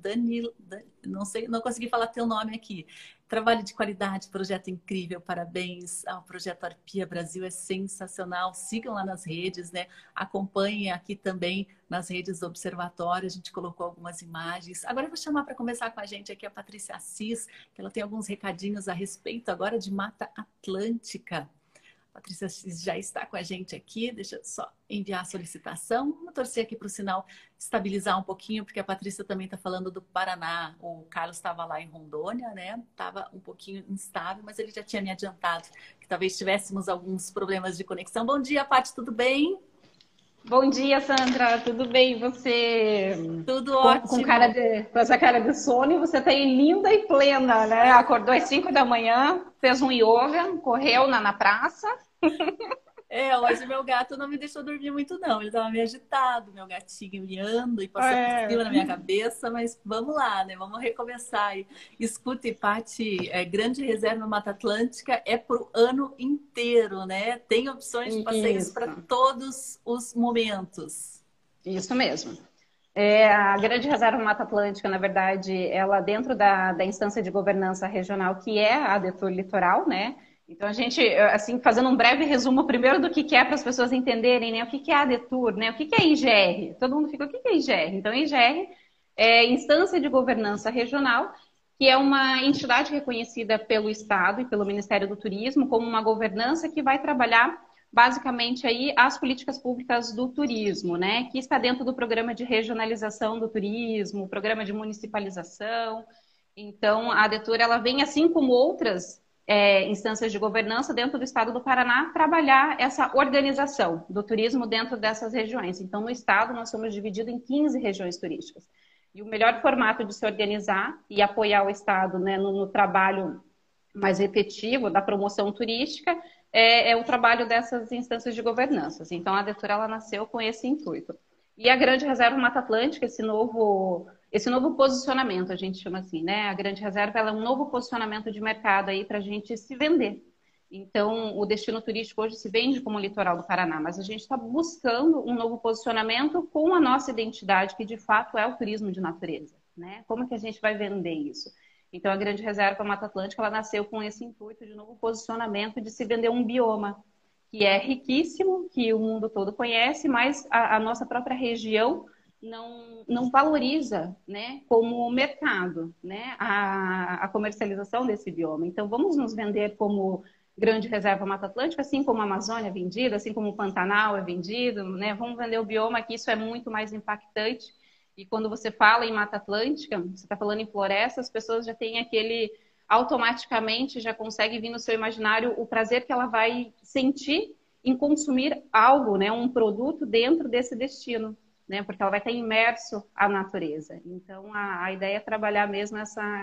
Não sei, não consegui falar teu nome aqui. Trabalho de qualidade, projeto incrível, parabéns ao Projeto Arpia Brasil, é sensacional. Sigam lá nas redes, né? Acompanhem aqui também nas redes do Observatório, a gente colocou algumas imagens. Agora eu vou chamar para conversar com a gente aqui a Patrícia Assis, que ela tem alguns recadinhos a respeito agora de Mata Atlântica. Patrícia já está com a gente aqui, deixa eu só enviar a solicitação. Vamos torcer aqui para o sinal estabilizar um pouquinho, porque a Patrícia também está falando do Paraná. O Carlos estava lá em Rondônia, né? Estava um pouquinho instável, mas ele já tinha me adiantado que talvez tivéssemos alguns problemas de conexão. Bom dia, Paty, tudo bem? Bom dia, Sandra. Tudo bem? E você Tudo com ótimo. com essa cara de sono, você está aí linda e plena, né? Acordou às 5 da manhã, fez um yoga, correu na praça. Hoje meu gato não me deixou dormir muito, não. Ele estava meio agitado, meu gatinho miando e passando por É, cima na minha cabeça, mas vamos lá, né? Vamos recomeçar. Escute, Paty, Grande Reserva Mata Atlântica é para o ano inteiro, né? Tem opções de passeios para isso, todos os momentos. isso mesmo. A Grande Reserva Mata Atlântica, na verdade, ela dentro da instância de governança regional, que é a Detur Litoral, né? Então, a gente, assim, fazendo um breve resumo primeiro do que é para as pessoas entenderem, né? O que é a Detur, né? O que é IGR? Todo mundo fica, o que é IGR? Então, IGR é Instância de Governança Regional, que é uma entidade reconhecida pelo Estado e pelo Ministério do Turismo como uma governança que vai trabalhar basicamente aí as políticas públicas do turismo, né? Que está dentro do programa de regionalização do turismo, programa de municipalização. Então, a Detur, ela vem, assim como outras instâncias de governança dentro do estado do Paraná, trabalhar essa organização do turismo dentro dessas regiões. Então, no estado, nós somos divididos em 15 regiões turísticas. E o melhor formato de se organizar e apoiar o estado, né, no trabalho mais efetivo da promoção turística é o trabalho dessas instâncias de governança. Então, a Detur, ela nasceu com esse intuito. E a Grande Reserva Mata Atlântica, esse novo posicionamento, a gente chama assim, né? A Grande Reserva, ela é um novo posicionamento de mercado aí para a gente se vender. Então, o destino turístico hoje se vende como o litoral do Paraná, mas a gente está buscando um novo posicionamento com a nossa identidade, que de fato é o turismo de natureza, né? Como que a gente vai vender isso? Então, a Grande Reserva Mata Atlântica, ela nasceu com esse intuito de novo posicionamento, de se vender um bioma que é riquíssimo, que o mundo todo conhece, mas a nossa própria região não valoriza, né, como mercado, né, a comercialização desse bioma. Então, vamos nos vender como Grande Reserva Mata Atlântica, assim como a Amazônia é vendida, assim como o Pantanal é vendido, né? Vamos vender o bioma, que isso é muito mais impactante. E quando você fala em Mata Atlântica, você está falando em floresta, as pessoas já têm aquele, automaticamente já consegue vir no seu imaginário o prazer que ela vai sentir em consumir algo, né, um produto dentro desse destino, né, porque ela vai estar imerso à natureza. Então, a ideia é trabalhar mesmo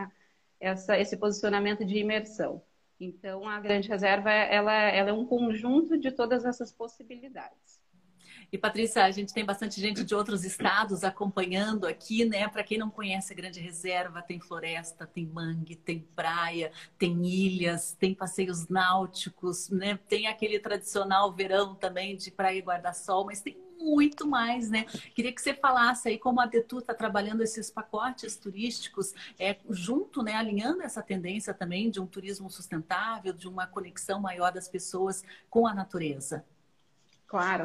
esse posicionamento de imersão. Então, a Grande Reserva, ela é um conjunto de todas essas possibilidades. E, Patrícia, a gente tem bastante gente de outros estados acompanhando aqui, né? Para quem não conhece a Grande Reserva, tem floresta, tem mangue, tem praia, tem ilhas, tem passeios náuticos, né? Tem aquele tradicional verão também de praia e guarda-sol, mas tem muito mais, né? Queria que você falasse aí como a Detur está trabalhando esses pacotes turísticos, junto, né? Alinhando essa tendência também de um turismo sustentável, de uma conexão maior das pessoas com a natureza. Claro.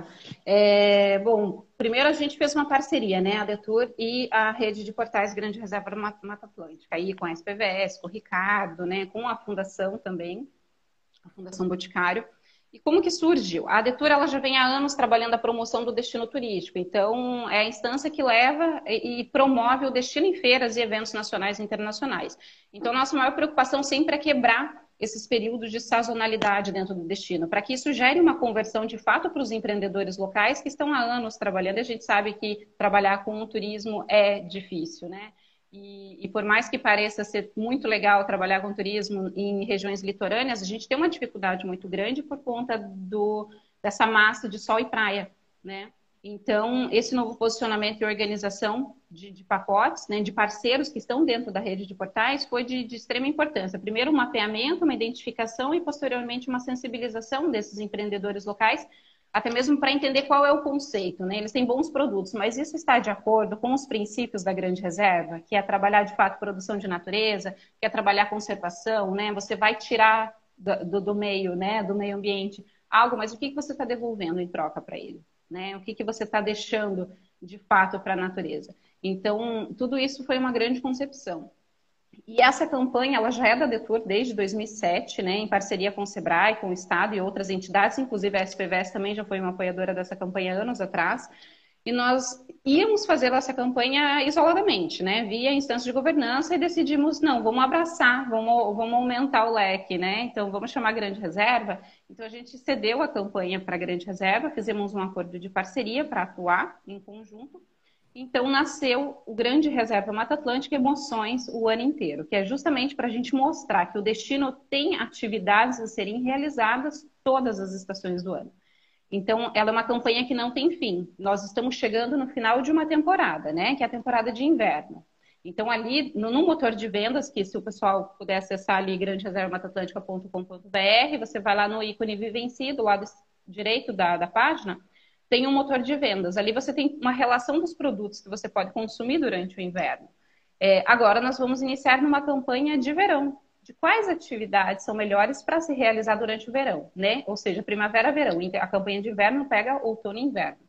Bom, primeiro a gente fez uma parceria, né? A Detur e a rede de portais Grande Reserva Mata Atlântica, aí com a SPVS, com o Ricardo, né? Com a Fundação também, a Fundação Boticário. E como que surgiu? A Detur, ela já vem há anos trabalhando a promoção do destino turístico. Então, é a instância que leva e promove o destino em feiras e eventos nacionais e internacionais. Então, nossa maior preocupação sempre é quebrar esses períodos de sazonalidade dentro do destino, para que isso gere uma conversão de fato para os empreendedores locais que estão há anos trabalhando. A gente sabe que trabalhar com o turismo é difícil, né? E por mais que pareça ser muito legal trabalhar com turismo em regiões litorâneas, a gente tem uma dificuldade muito grande por conta dessa massa de sol e praia, né? Então, esse novo posicionamento e organização de pacotes, né, de parceiros que estão dentro da rede de portais, foi de extrema importância. Primeiro, um mapeamento, uma identificação e, posteriormente, uma sensibilização desses empreendedores locais, até mesmo para entender qual é o conceito, né? Eles têm bons produtos, mas isso está de acordo com os princípios da Grande Reserva, que é trabalhar, de fato, produção de natureza, que é trabalhar conservação, né? Você vai tirar do meio, né, do meio ambiente algo, mas o que você está devolvendo em troca para ele? Né? O que você está deixando de fato para a natureza. Então, tudo isso foi uma grande concepção. E essa campanha, ela já é da Detur desde 2007, né, em parceria com o Sebrae, com o Estado e outras entidades, inclusive a SPVS também já foi uma apoiadora dessa campanha anos atrás. E nós íamos fazer essa campanha isoladamente, né, via instância de governança, e decidimos, não, vamos abraçar, vamos aumentar o leque, né, então vamos chamar a Grande Reserva. Então a gente cedeu a campanha para a Grande Reserva, fizemos um acordo de parceria para atuar em conjunto. Então nasceu o Grande Reserva Mata Atlântica Emoções o ano inteiro, que é justamente para a gente mostrar que o destino tem atividades a serem realizadas todas as estações do ano. Então, ela é uma campanha que não tem fim. Nós estamos chegando no final de uma temporada, né? Que é a temporada de inverno. Então, ali, no motor de vendas, que se o pessoal puder acessar ali, grandereservamatatlântica.com.br, você vai lá no ícone Vivenci, do lado direito da página, tem um motor de vendas. Ali você tem uma relação dos produtos que você pode consumir durante o inverno. Agora, nós vamos iniciar numa campanha de verão. De quais atividades são melhores para se realizar durante o verão, né? Ou seja, primavera-verão. A campanha de inverno pega outono e inverno.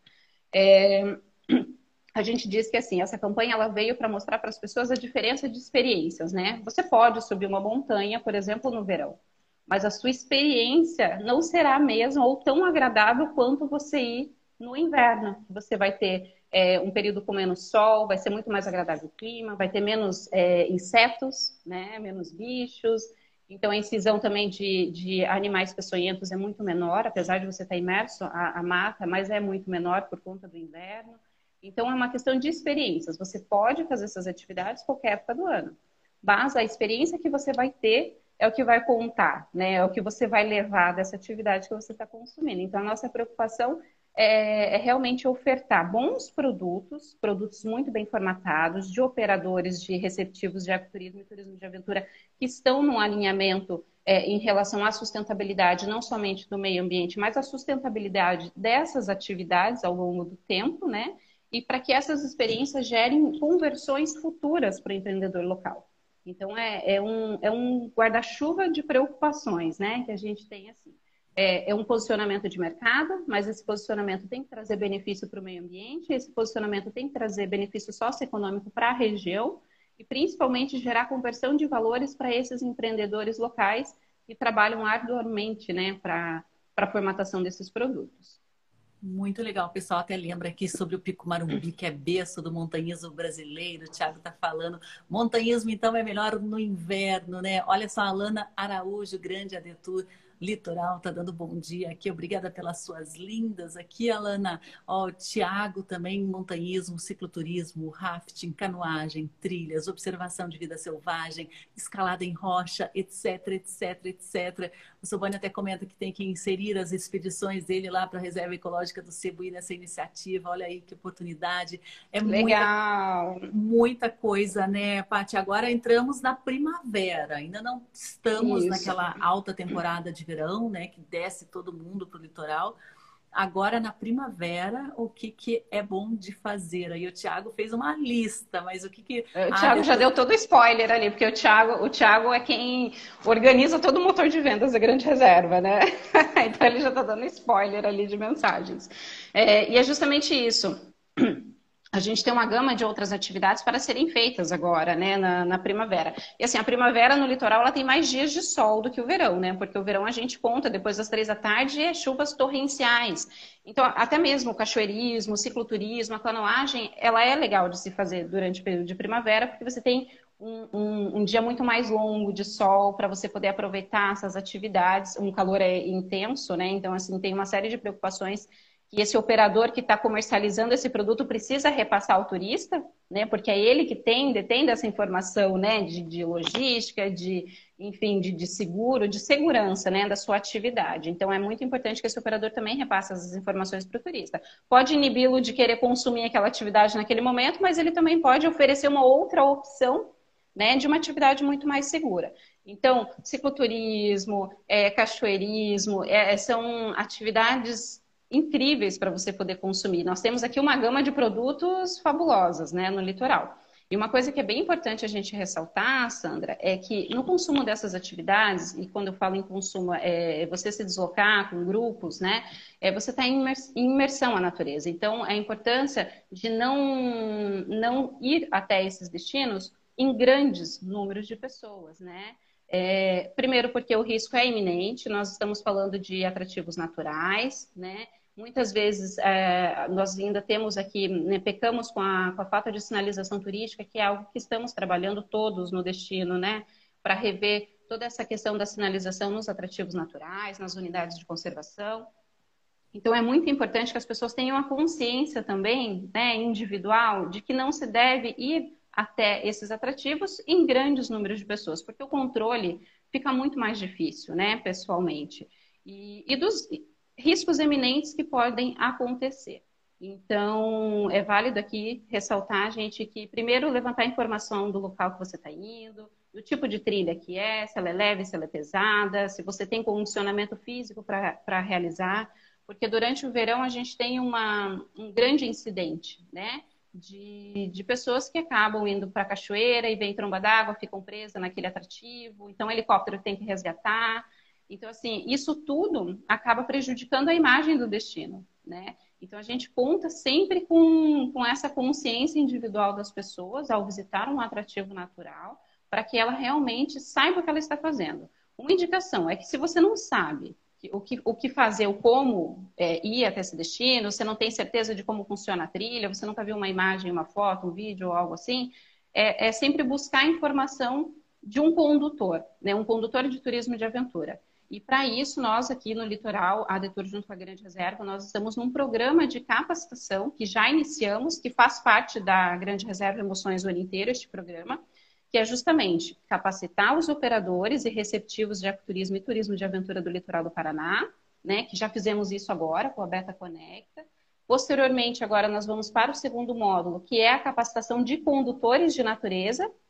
A gente diz que assim, essa campanha ela veio para mostrar para as pessoas a diferença de experiências, né? Você pode subir uma montanha, por exemplo, no verão, mas a sua experiência não será a mesma ou tão agradável quanto você ir no inverno. Você vai ter um período com menos sol, vai ser muito mais agradável o clima, vai ter menos insetos, né? Menos bichos. Então, a incisão também de animais peçonhentos é muito menor, apesar de você estar imerso à mata, mas é muito menor por conta do inverno. Então, é uma questão de experiências. Você pode fazer essas atividades qualquer época do ano, mas a experiência que você vai ter é o que vai contar, né? É o que você vai levar dessa atividade que você está consumindo. Então, a nossa preocupação é realmente ofertar bons produtos muito bem formatados, de operadores de receptivos de ecoturismo e turismo de aventura que estão num alinhamento em relação à sustentabilidade, não somente do meio ambiente, mas a sustentabilidade dessas atividades ao longo do tempo, né? E para que essas experiências gerem conversões futuras para o empreendedor local. Então, é um guarda-chuva de preocupações, né? Que a gente tem assim. É um posicionamento de mercado, mas esse posicionamento tem que trazer benefício para o meio ambiente, esse posicionamento tem que trazer benefício socioeconômico para a região e principalmente gerar conversão de valores para esses empreendedores locais que trabalham arduamente, né, para a formatação desses produtos. Muito legal. O pessoal até lembra aqui sobre o Pico Marumbi, que é berço do montanhismo brasileiro. O Thiago está falando. Montanhismo, então, é melhor no inverno, né? Olha só, a Alana Araújo, grande Adetur Litoral, tá dando bom dia aqui. Obrigada pelas suas lindas aqui, Alana. Ó, o Thiago também, montanhismo, cicloturismo, rafting, canoagem, trilhas, observação de vida selvagem, escalada em rocha, etc, etc, etc. O Sobani até comenta que tem que inserir as expedições dele lá para a Reserva Ecológica do Cebuí nessa iniciativa. Olha aí que oportunidade. É Legal. muita coisa, né, Paty? Agora entramos na primavera. Ainda não estamos Isso. naquela alta temporada de verão, né, que desce todo mundo para o litoral. Agora, na primavera, o que é bom de fazer? Aí o Thiago fez uma lista, mas o que... O Thiago já deu todo o spoiler ali, porque o Thiago é quem organiza todo o motor de vendas da Grande Reserva, né? Então ele já está dando spoiler ali de mensagens. E é justamente isso. A gente tem uma gama de outras atividades para serem feitas agora, né, na primavera. E assim, a primavera no litoral, ela tem mais dias de sol do que o verão, né? Porque o verão a gente conta, depois das 3 da tarde, é chuvas torrenciais. Então, até mesmo o cachoeirismo, o cicloturismo, a canoagem, ela é legal de se fazer durante o período de primavera, porque você tem um dia muito mais longo de sol para você poder aproveitar essas atividades. Um calor intenso, né? Então, assim, tem uma série de preocupações que esse operador que está comercializando esse produto precisa repassar ao turista, né? Porque é ele que detém dessa informação, né? De logística, enfim, de seguro, de segurança, né? Da sua atividade. Então, é muito importante que esse operador também repasse essas informações para o turista. Pode inibi-lo de querer consumir aquela atividade naquele momento, mas ele também pode oferecer uma outra opção, né? De uma atividade muito mais segura. Então, cicloturismo, cachoeirismo, são atividades incríveis para você poder consumir. Nós temos aqui uma gama de produtos fabulosos, né, no litoral. E uma coisa que é bem importante a gente ressaltar, Sandra, é que no consumo dessas atividades, e quando eu falo em consumo, você se deslocar com grupos, né, você está em imersão à natureza. Então, a importância de não ir até esses destinos em grandes números de pessoas, né? Primeiro porque o risco é iminente, nós estamos falando de atrativos naturais, né? Muitas vezes nós ainda temos aqui, né, pecamos com a falta de sinalização turística, que é algo que estamos trabalhando todos no destino, né? Para rever toda essa questão da sinalização nos atrativos naturais, nas unidades de conservação. Então é muito importante que as pessoas tenham a consciência também, né, individual, de que não se deve ir até esses atrativos em grandes números de pessoas, porque o controle fica muito mais difícil, né, pessoalmente. E dos riscos eminentes que podem acontecer. Então, é válido aqui ressaltar, gente, que primeiro levantar a informação do local que você está indo, do tipo de trilha que se ela é leve, se ela é pesada, se você tem condicionamento físico para realizar, porque durante o verão a gente tem um grande incidente, né? De pessoas que acabam indo para a cachoeira e vem tromba d'água, ficam presas naquele atrativo, então o helicóptero tem que resgatar. Então, assim, isso tudo acaba prejudicando a imagem do destino, né? Então, a gente conta sempre com essa consciência individual das pessoas ao visitar um atrativo natural, para que ela realmente saiba o que ela está fazendo. Uma indicação é que se você não sabe o que fazer, o como ir até esse destino, você não tem certeza de como funciona a trilha, você nunca viu uma imagem, uma foto, um vídeo ou algo assim, é sempre buscar informação de um condutor, né? Um condutor de turismo de aventura. E para isso, nós aqui no Litoral, a Adetur junto com a Grande Reserva, nós estamos num programa de capacitação que já iniciamos, que faz parte da Grande Reserva Emoções o ano inteiro, este programa, que é justamente capacitar os operadores e receptivos de ecoturismo e turismo de aventura do litoral do Paraná, né, que já fizemos isso agora com a Beta Conecta. Posteriormente, agora nós vamos para o segundo módulo, que é a capacitação de condutores de natureza,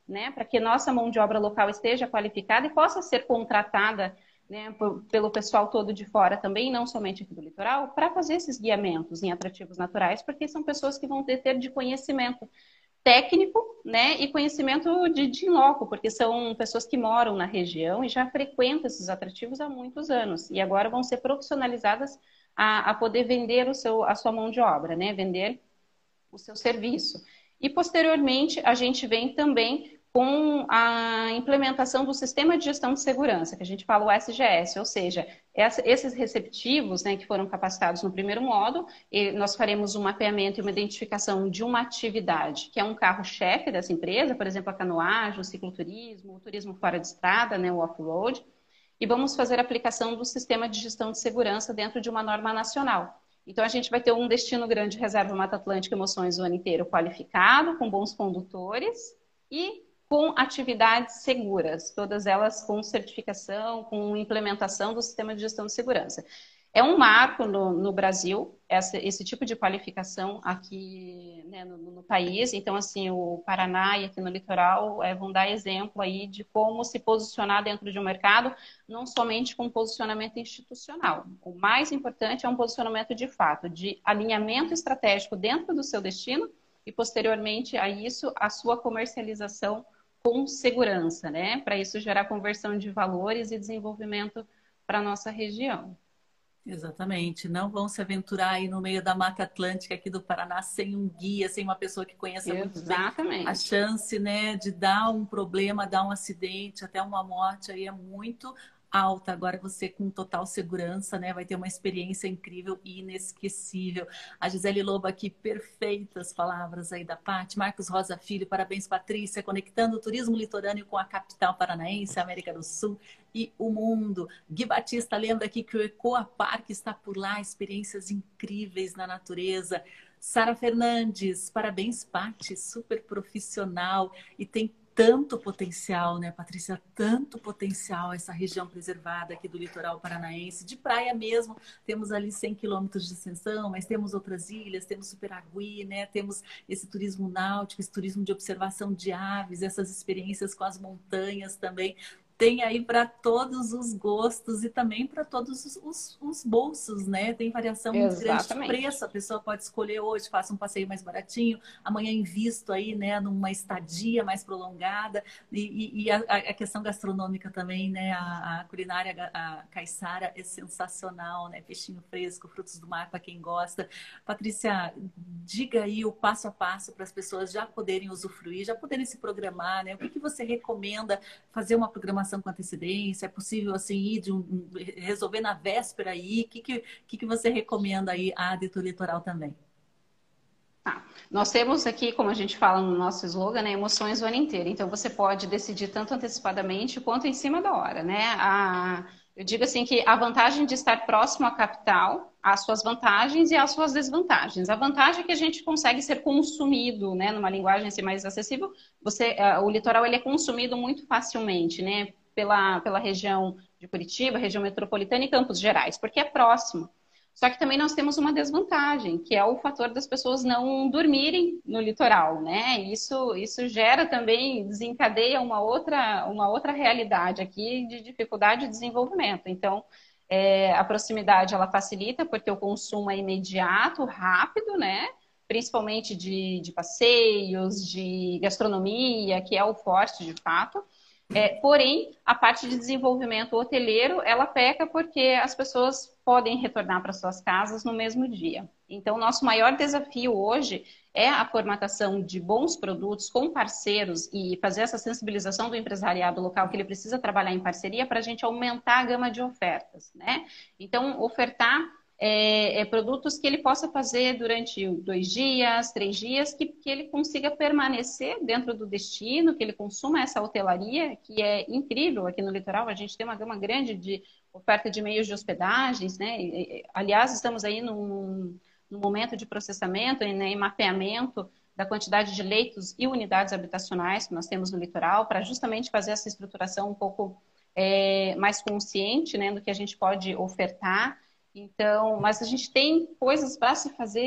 né, para que nossa mão de obra local esteja qualificada e possa ser contratada, né, pelo pessoal todo de fora também, não somente aqui do litoral, para fazer esses guiamentos em atrativos naturais, porque são pessoas que vão ter de conhecimento técnico, né, e conhecimento de in loco, porque são pessoas que moram na região e já frequentam esses atrativos há muitos anos, e agora vão ser profissionalizadas a poder vender a sua mão de obra, né, vender o seu serviço. E, posteriormente, a gente vem também com a implementação do sistema de gestão de segurança, que a gente fala o SGS, ou seja, esses receptivos, né, que foram capacitados no primeiro módulo, nós faremos um mapeamento e uma identificação de uma atividade, que é um carro-chefe dessa empresa, por exemplo, a canoagem, o cicloturismo, o turismo fora de estrada, né, o off-road, e vamos fazer a aplicação do sistema de gestão de segurança dentro de uma norma nacional. Então, a gente vai ter um Destino Grande Reserva Mata Atlântica Emoções o ano inteiro qualificado, com bons condutores e com atividades seguras, todas elas com certificação, com implementação do sistema de gestão de segurança. É um marco no Brasil, esse tipo de qualificação aqui, né, no país. Então, assim, o Paraná e aqui no litoral vão dar exemplo aí de como se posicionar dentro de um mercado, não somente com posicionamento institucional. O mais importante é um posicionamento de fato, de alinhamento estratégico dentro do seu destino e, posteriormente a isso, a sua comercialização com segurança, né? Para isso gerar conversão de valores e desenvolvimento para a nossa região. Exatamente, não vão se aventurar aí no meio da Mata Atlântica aqui do Paraná sem um guia, sem uma pessoa que conheça muito bem. A chance, né, de dar um problema, dar um acidente, até uma morte aí é muito alta. Agora você com total segurança, né, vai ter uma experiência incrível e inesquecível. A Gisele Lobo aqui, perfeitas palavras aí da Paty. Marcos Rosa Filho, parabéns Patrícia, conectando o turismo litorâneo com a capital paranaense, a América do Sul e o mundo. Gui Batista lembra aqui que o Ecoa Park está por lá, experiências incríveis na natureza. Sara Fernandes, parabéns Paty, super profissional e tem tanto potencial, né, Patrícia? Tanto potencial essa região preservada aqui do litoral paranaense, de praia mesmo. Temos ali 100 quilômetros de extensão, mas temos outras ilhas, temos Superagui, né? Temos esse turismo náutico, esse turismo de observação de aves, essas experiências com as montanhas também. Tem aí para todos os gostos e também para todos os bolsos, né? Tem variação muito grande de preço. A pessoa pode escolher hoje, faça um passeio mais baratinho, amanhã invisto aí, né, numa estadia mais prolongada. E a questão gastronômica também, né? A culinária, a caiçara é sensacional, né? Peixinho fresco, frutos do mar para quem gosta. Patrícia, diga aí o passo a passo para as pessoas já poderem usufruir, já poderem se programar, né? O que você recomenda fazer uma programação com antecedência? É possível assim ir resolver na véspera aí? O que você recomenda aí a Detour Litoral também? Nós temos aqui, como a gente fala no nosso slogan, né, emoções o ano inteiro. Então você pode decidir tanto antecipadamente quanto em cima da hora, né? Eu digo assim que a vantagem de estar próximo à capital, as suas vantagens e as suas desvantagens. A vantagem é que a gente consegue ser consumido, né, numa linguagem assim, mais acessível. O litoral ele é consumido muito facilmente, né, pela região de Curitiba, região metropolitana e Campos Gerais, porque é próximo. Só que também nós temos uma desvantagem, que é o fator das pessoas não dormirem no litoral, né? Isso gera também, desencadeia uma outra realidade aqui de dificuldade de desenvolvimento. Então, a proximidade, ela facilita, porque o consumo é imediato, rápido, né? Principalmente de passeios, de gastronomia, que é o forte de fato. Porém, a parte de desenvolvimento hoteleiro, ela peca porque as pessoas podem retornar para suas casas no mesmo dia. Então, o nosso maior desafio hoje é a formatação de bons produtos com parceiros e fazer essa sensibilização do empresariado local, que ele precisa trabalhar em parceria para a gente aumentar a gama de ofertas, né? Então, ofertar produtos que ele possa fazer durante 2 dias, 3 dias, que ele consiga permanecer dentro do destino, que ele consuma essa hotelaria, que é incrível aqui no litoral. A gente tem uma gama grande de oferta de meios de hospedagens, né? Aliás, estamos aí num momento de processamento, né, e mapeamento da quantidade de leitos e unidades habitacionais que nós temos no litoral, para justamente fazer essa estruturação um pouco mais consciente, né, do que a gente pode ofertar. Então, mas a gente tem coisas para se fazer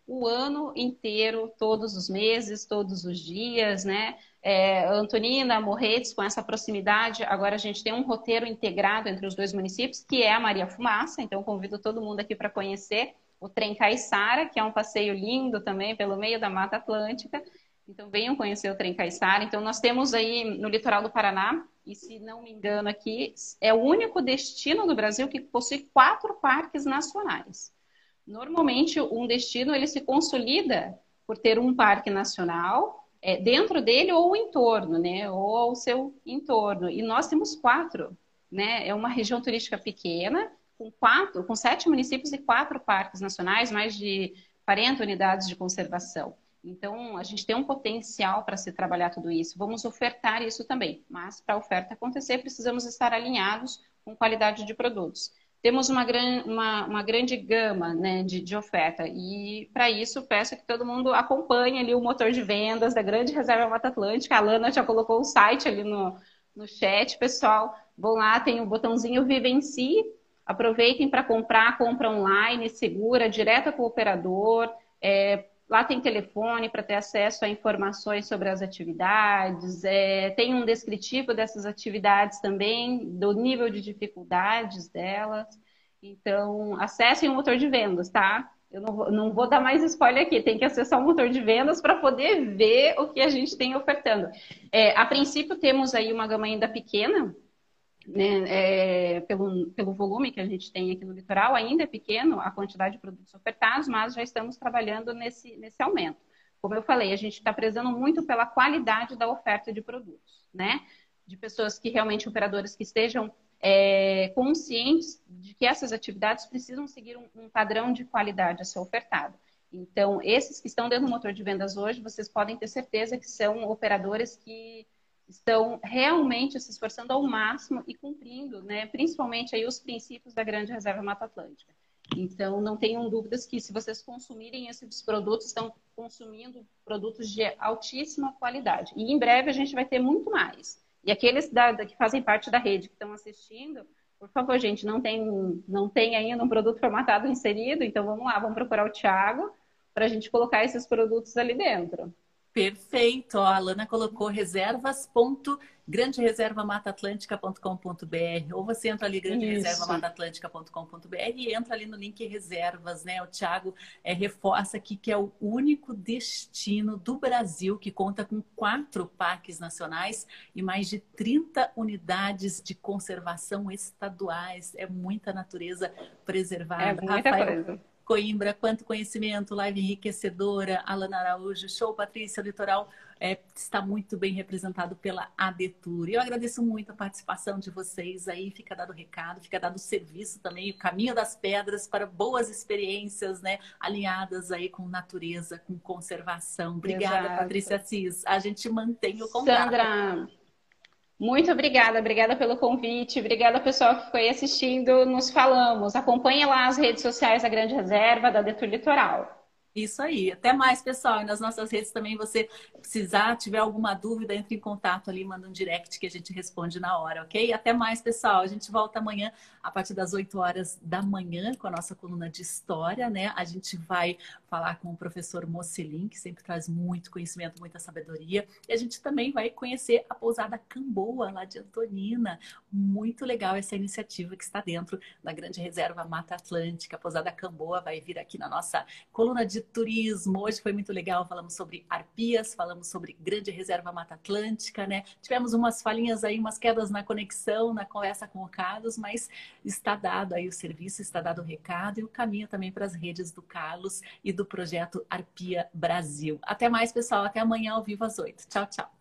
o ano inteiro, todos os meses, todos os dias, né? Antonina, Morretes, com essa proximidade, agora a gente tem um roteiro integrado entre os dois municípios, que é a Maria Fumaça, então convido todo mundo aqui para conhecer o Trem Caiçara, que é um passeio lindo também pelo meio da Mata Atlântica. Então venham conhecer o Trem Caiçara. Então nós temos aí no litoral do Paraná, e se não me engano aqui, é o único destino do Brasil que possui 4 parques nacionais. Normalmente um destino ele se consolida por ter um parque nacional dentro dele ou em torno, né? Ou ao seu entorno. E nós temos 4, né? É uma região turística pequena, com 7 municípios e 4 parques nacionais, mais de 40 unidades de conservação. Então, a gente tem um potencial para se trabalhar tudo isso. Vamos ofertar isso também. Mas, para a oferta acontecer, precisamos estar alinhados com qualidade de produtos. Temos uma grande gama, né, de oferta. E, para isso, peço que todo mundo acompanhe ali o motor de vendas da Grande Reserva Mata Atlântica. A Lana já colocou o site ali no chat, pessoal. Vão lá, tem o botãozinho Vivencie. Aproveitem para comprar, compra online, segura, direta com o operador. Lá tem telefone para ter acesso a informações sobre as atividades, tem um descritivo dessas atividades também, do nível de dificuldades delas. Então, acessem o motor de vendas, tá? Eu não vou dar mais spoiler aqui, tem que acessar o motor de vendas para poder ver o que a gente tem ofertando. A princípio, temos aí uma gama ainda pequena, né, pelo volume que a gente tem aqui no litoral, ainda é pequeno a quantidade de produtos ofertados, mas já estamos trabalhando nesse aumento. Como eu falei, a gente está prezando muito pela qualidade da oferta de produtos, né? De pessoas que realmente, operadores que estejam conscientes de que essas atividades precisam seguir um padrão de qualidade a ser ofertado. Então, esses que estão dentro do motor de vendas hoje, vocês podem ter certeza que são operadores que estão realmente se esforçando ao máximo e cumprindo, né, principalmente aí os princípios da Grande Reserva Mata Atlântica. Então, não tenham dúvidas que se vocês consumirem esses produtos, estão consumindo produtos de altíssima qualidade. E em breve a gente vai ter muito mais. E aqueles que fazem parte da rede que estão assistindo, por favor, gente, não tem ainda um produto formatado inserido, então vamos lá, vamos procurar o Thiago para a gente colocar esses produtos ali dentro. Perfeito. Ó, a Alana colocou reservas.grandereservamatatlântica.com.br, ou você entra ali grandereservamatatlântica.com.br e entra ali no link reservas, né? O Thiago reforça aqui que é o único destino do Brasil que conta com 4 parques nacionais e mais de 30 unidades de conservação estaduais. É muita natureza preservada. É muita coisa. Coimbra, quanto conhecimento, live enriquecedora, Alana Araújo, show, Patrícia, o litoral está muito bem representado pela ADETUR. E eu agradeço muito a participação de vocês aí, fica dado o recado, fica dado o serviço também, o caminho das pedras para boas experiências, né, alinhadas aí com natureza, com conservação. Obrigada, exato. Patrícia Assis, a gente mantém o contato. Sandra, muito obrigada pelo convite, obrigada pessoal que ficou aí assistindo, nos falamos, acompanhe lá as redes sociais da Grande Reserva, da ADETUR Litoral. Isso aí. Até mais, pessoal. E nas nossas redes também, você precisar, tiver alguma dúvida, entre em contato ali, manda um direct que a gente responde na hora, ok? Até mais, pessoal. A gente volta amanhã a partir das 8 horas da manhã com a nossa coluna de história, né? A gente vai falar com o professor Mocelin, que sempre traz muito conhecimento, muita sabedoria. E a gente também vai conhecer a pousada Camboa, lá de Antonina. Muito legal essa iniciativa que está dentro da Grande Reserva Mata Atlântica. A pousada Camboa vai vir aqui na nossa coluna de turismo. Hoje foi muito legal, falamos sobre arpias, falamos sobre Grande Reserva Mata Atlântica, né? Tivemos umas falhinhas aí, umas quedas na conexão, na conversa com o Carlos, mas está dado aí o serviço, está dado o recado e o caminho também para as redes do Carlos e do projeto Arpia Brasil. Até mais, pessoal. Até amanhã ao vivo às 8. Tchau, tchau.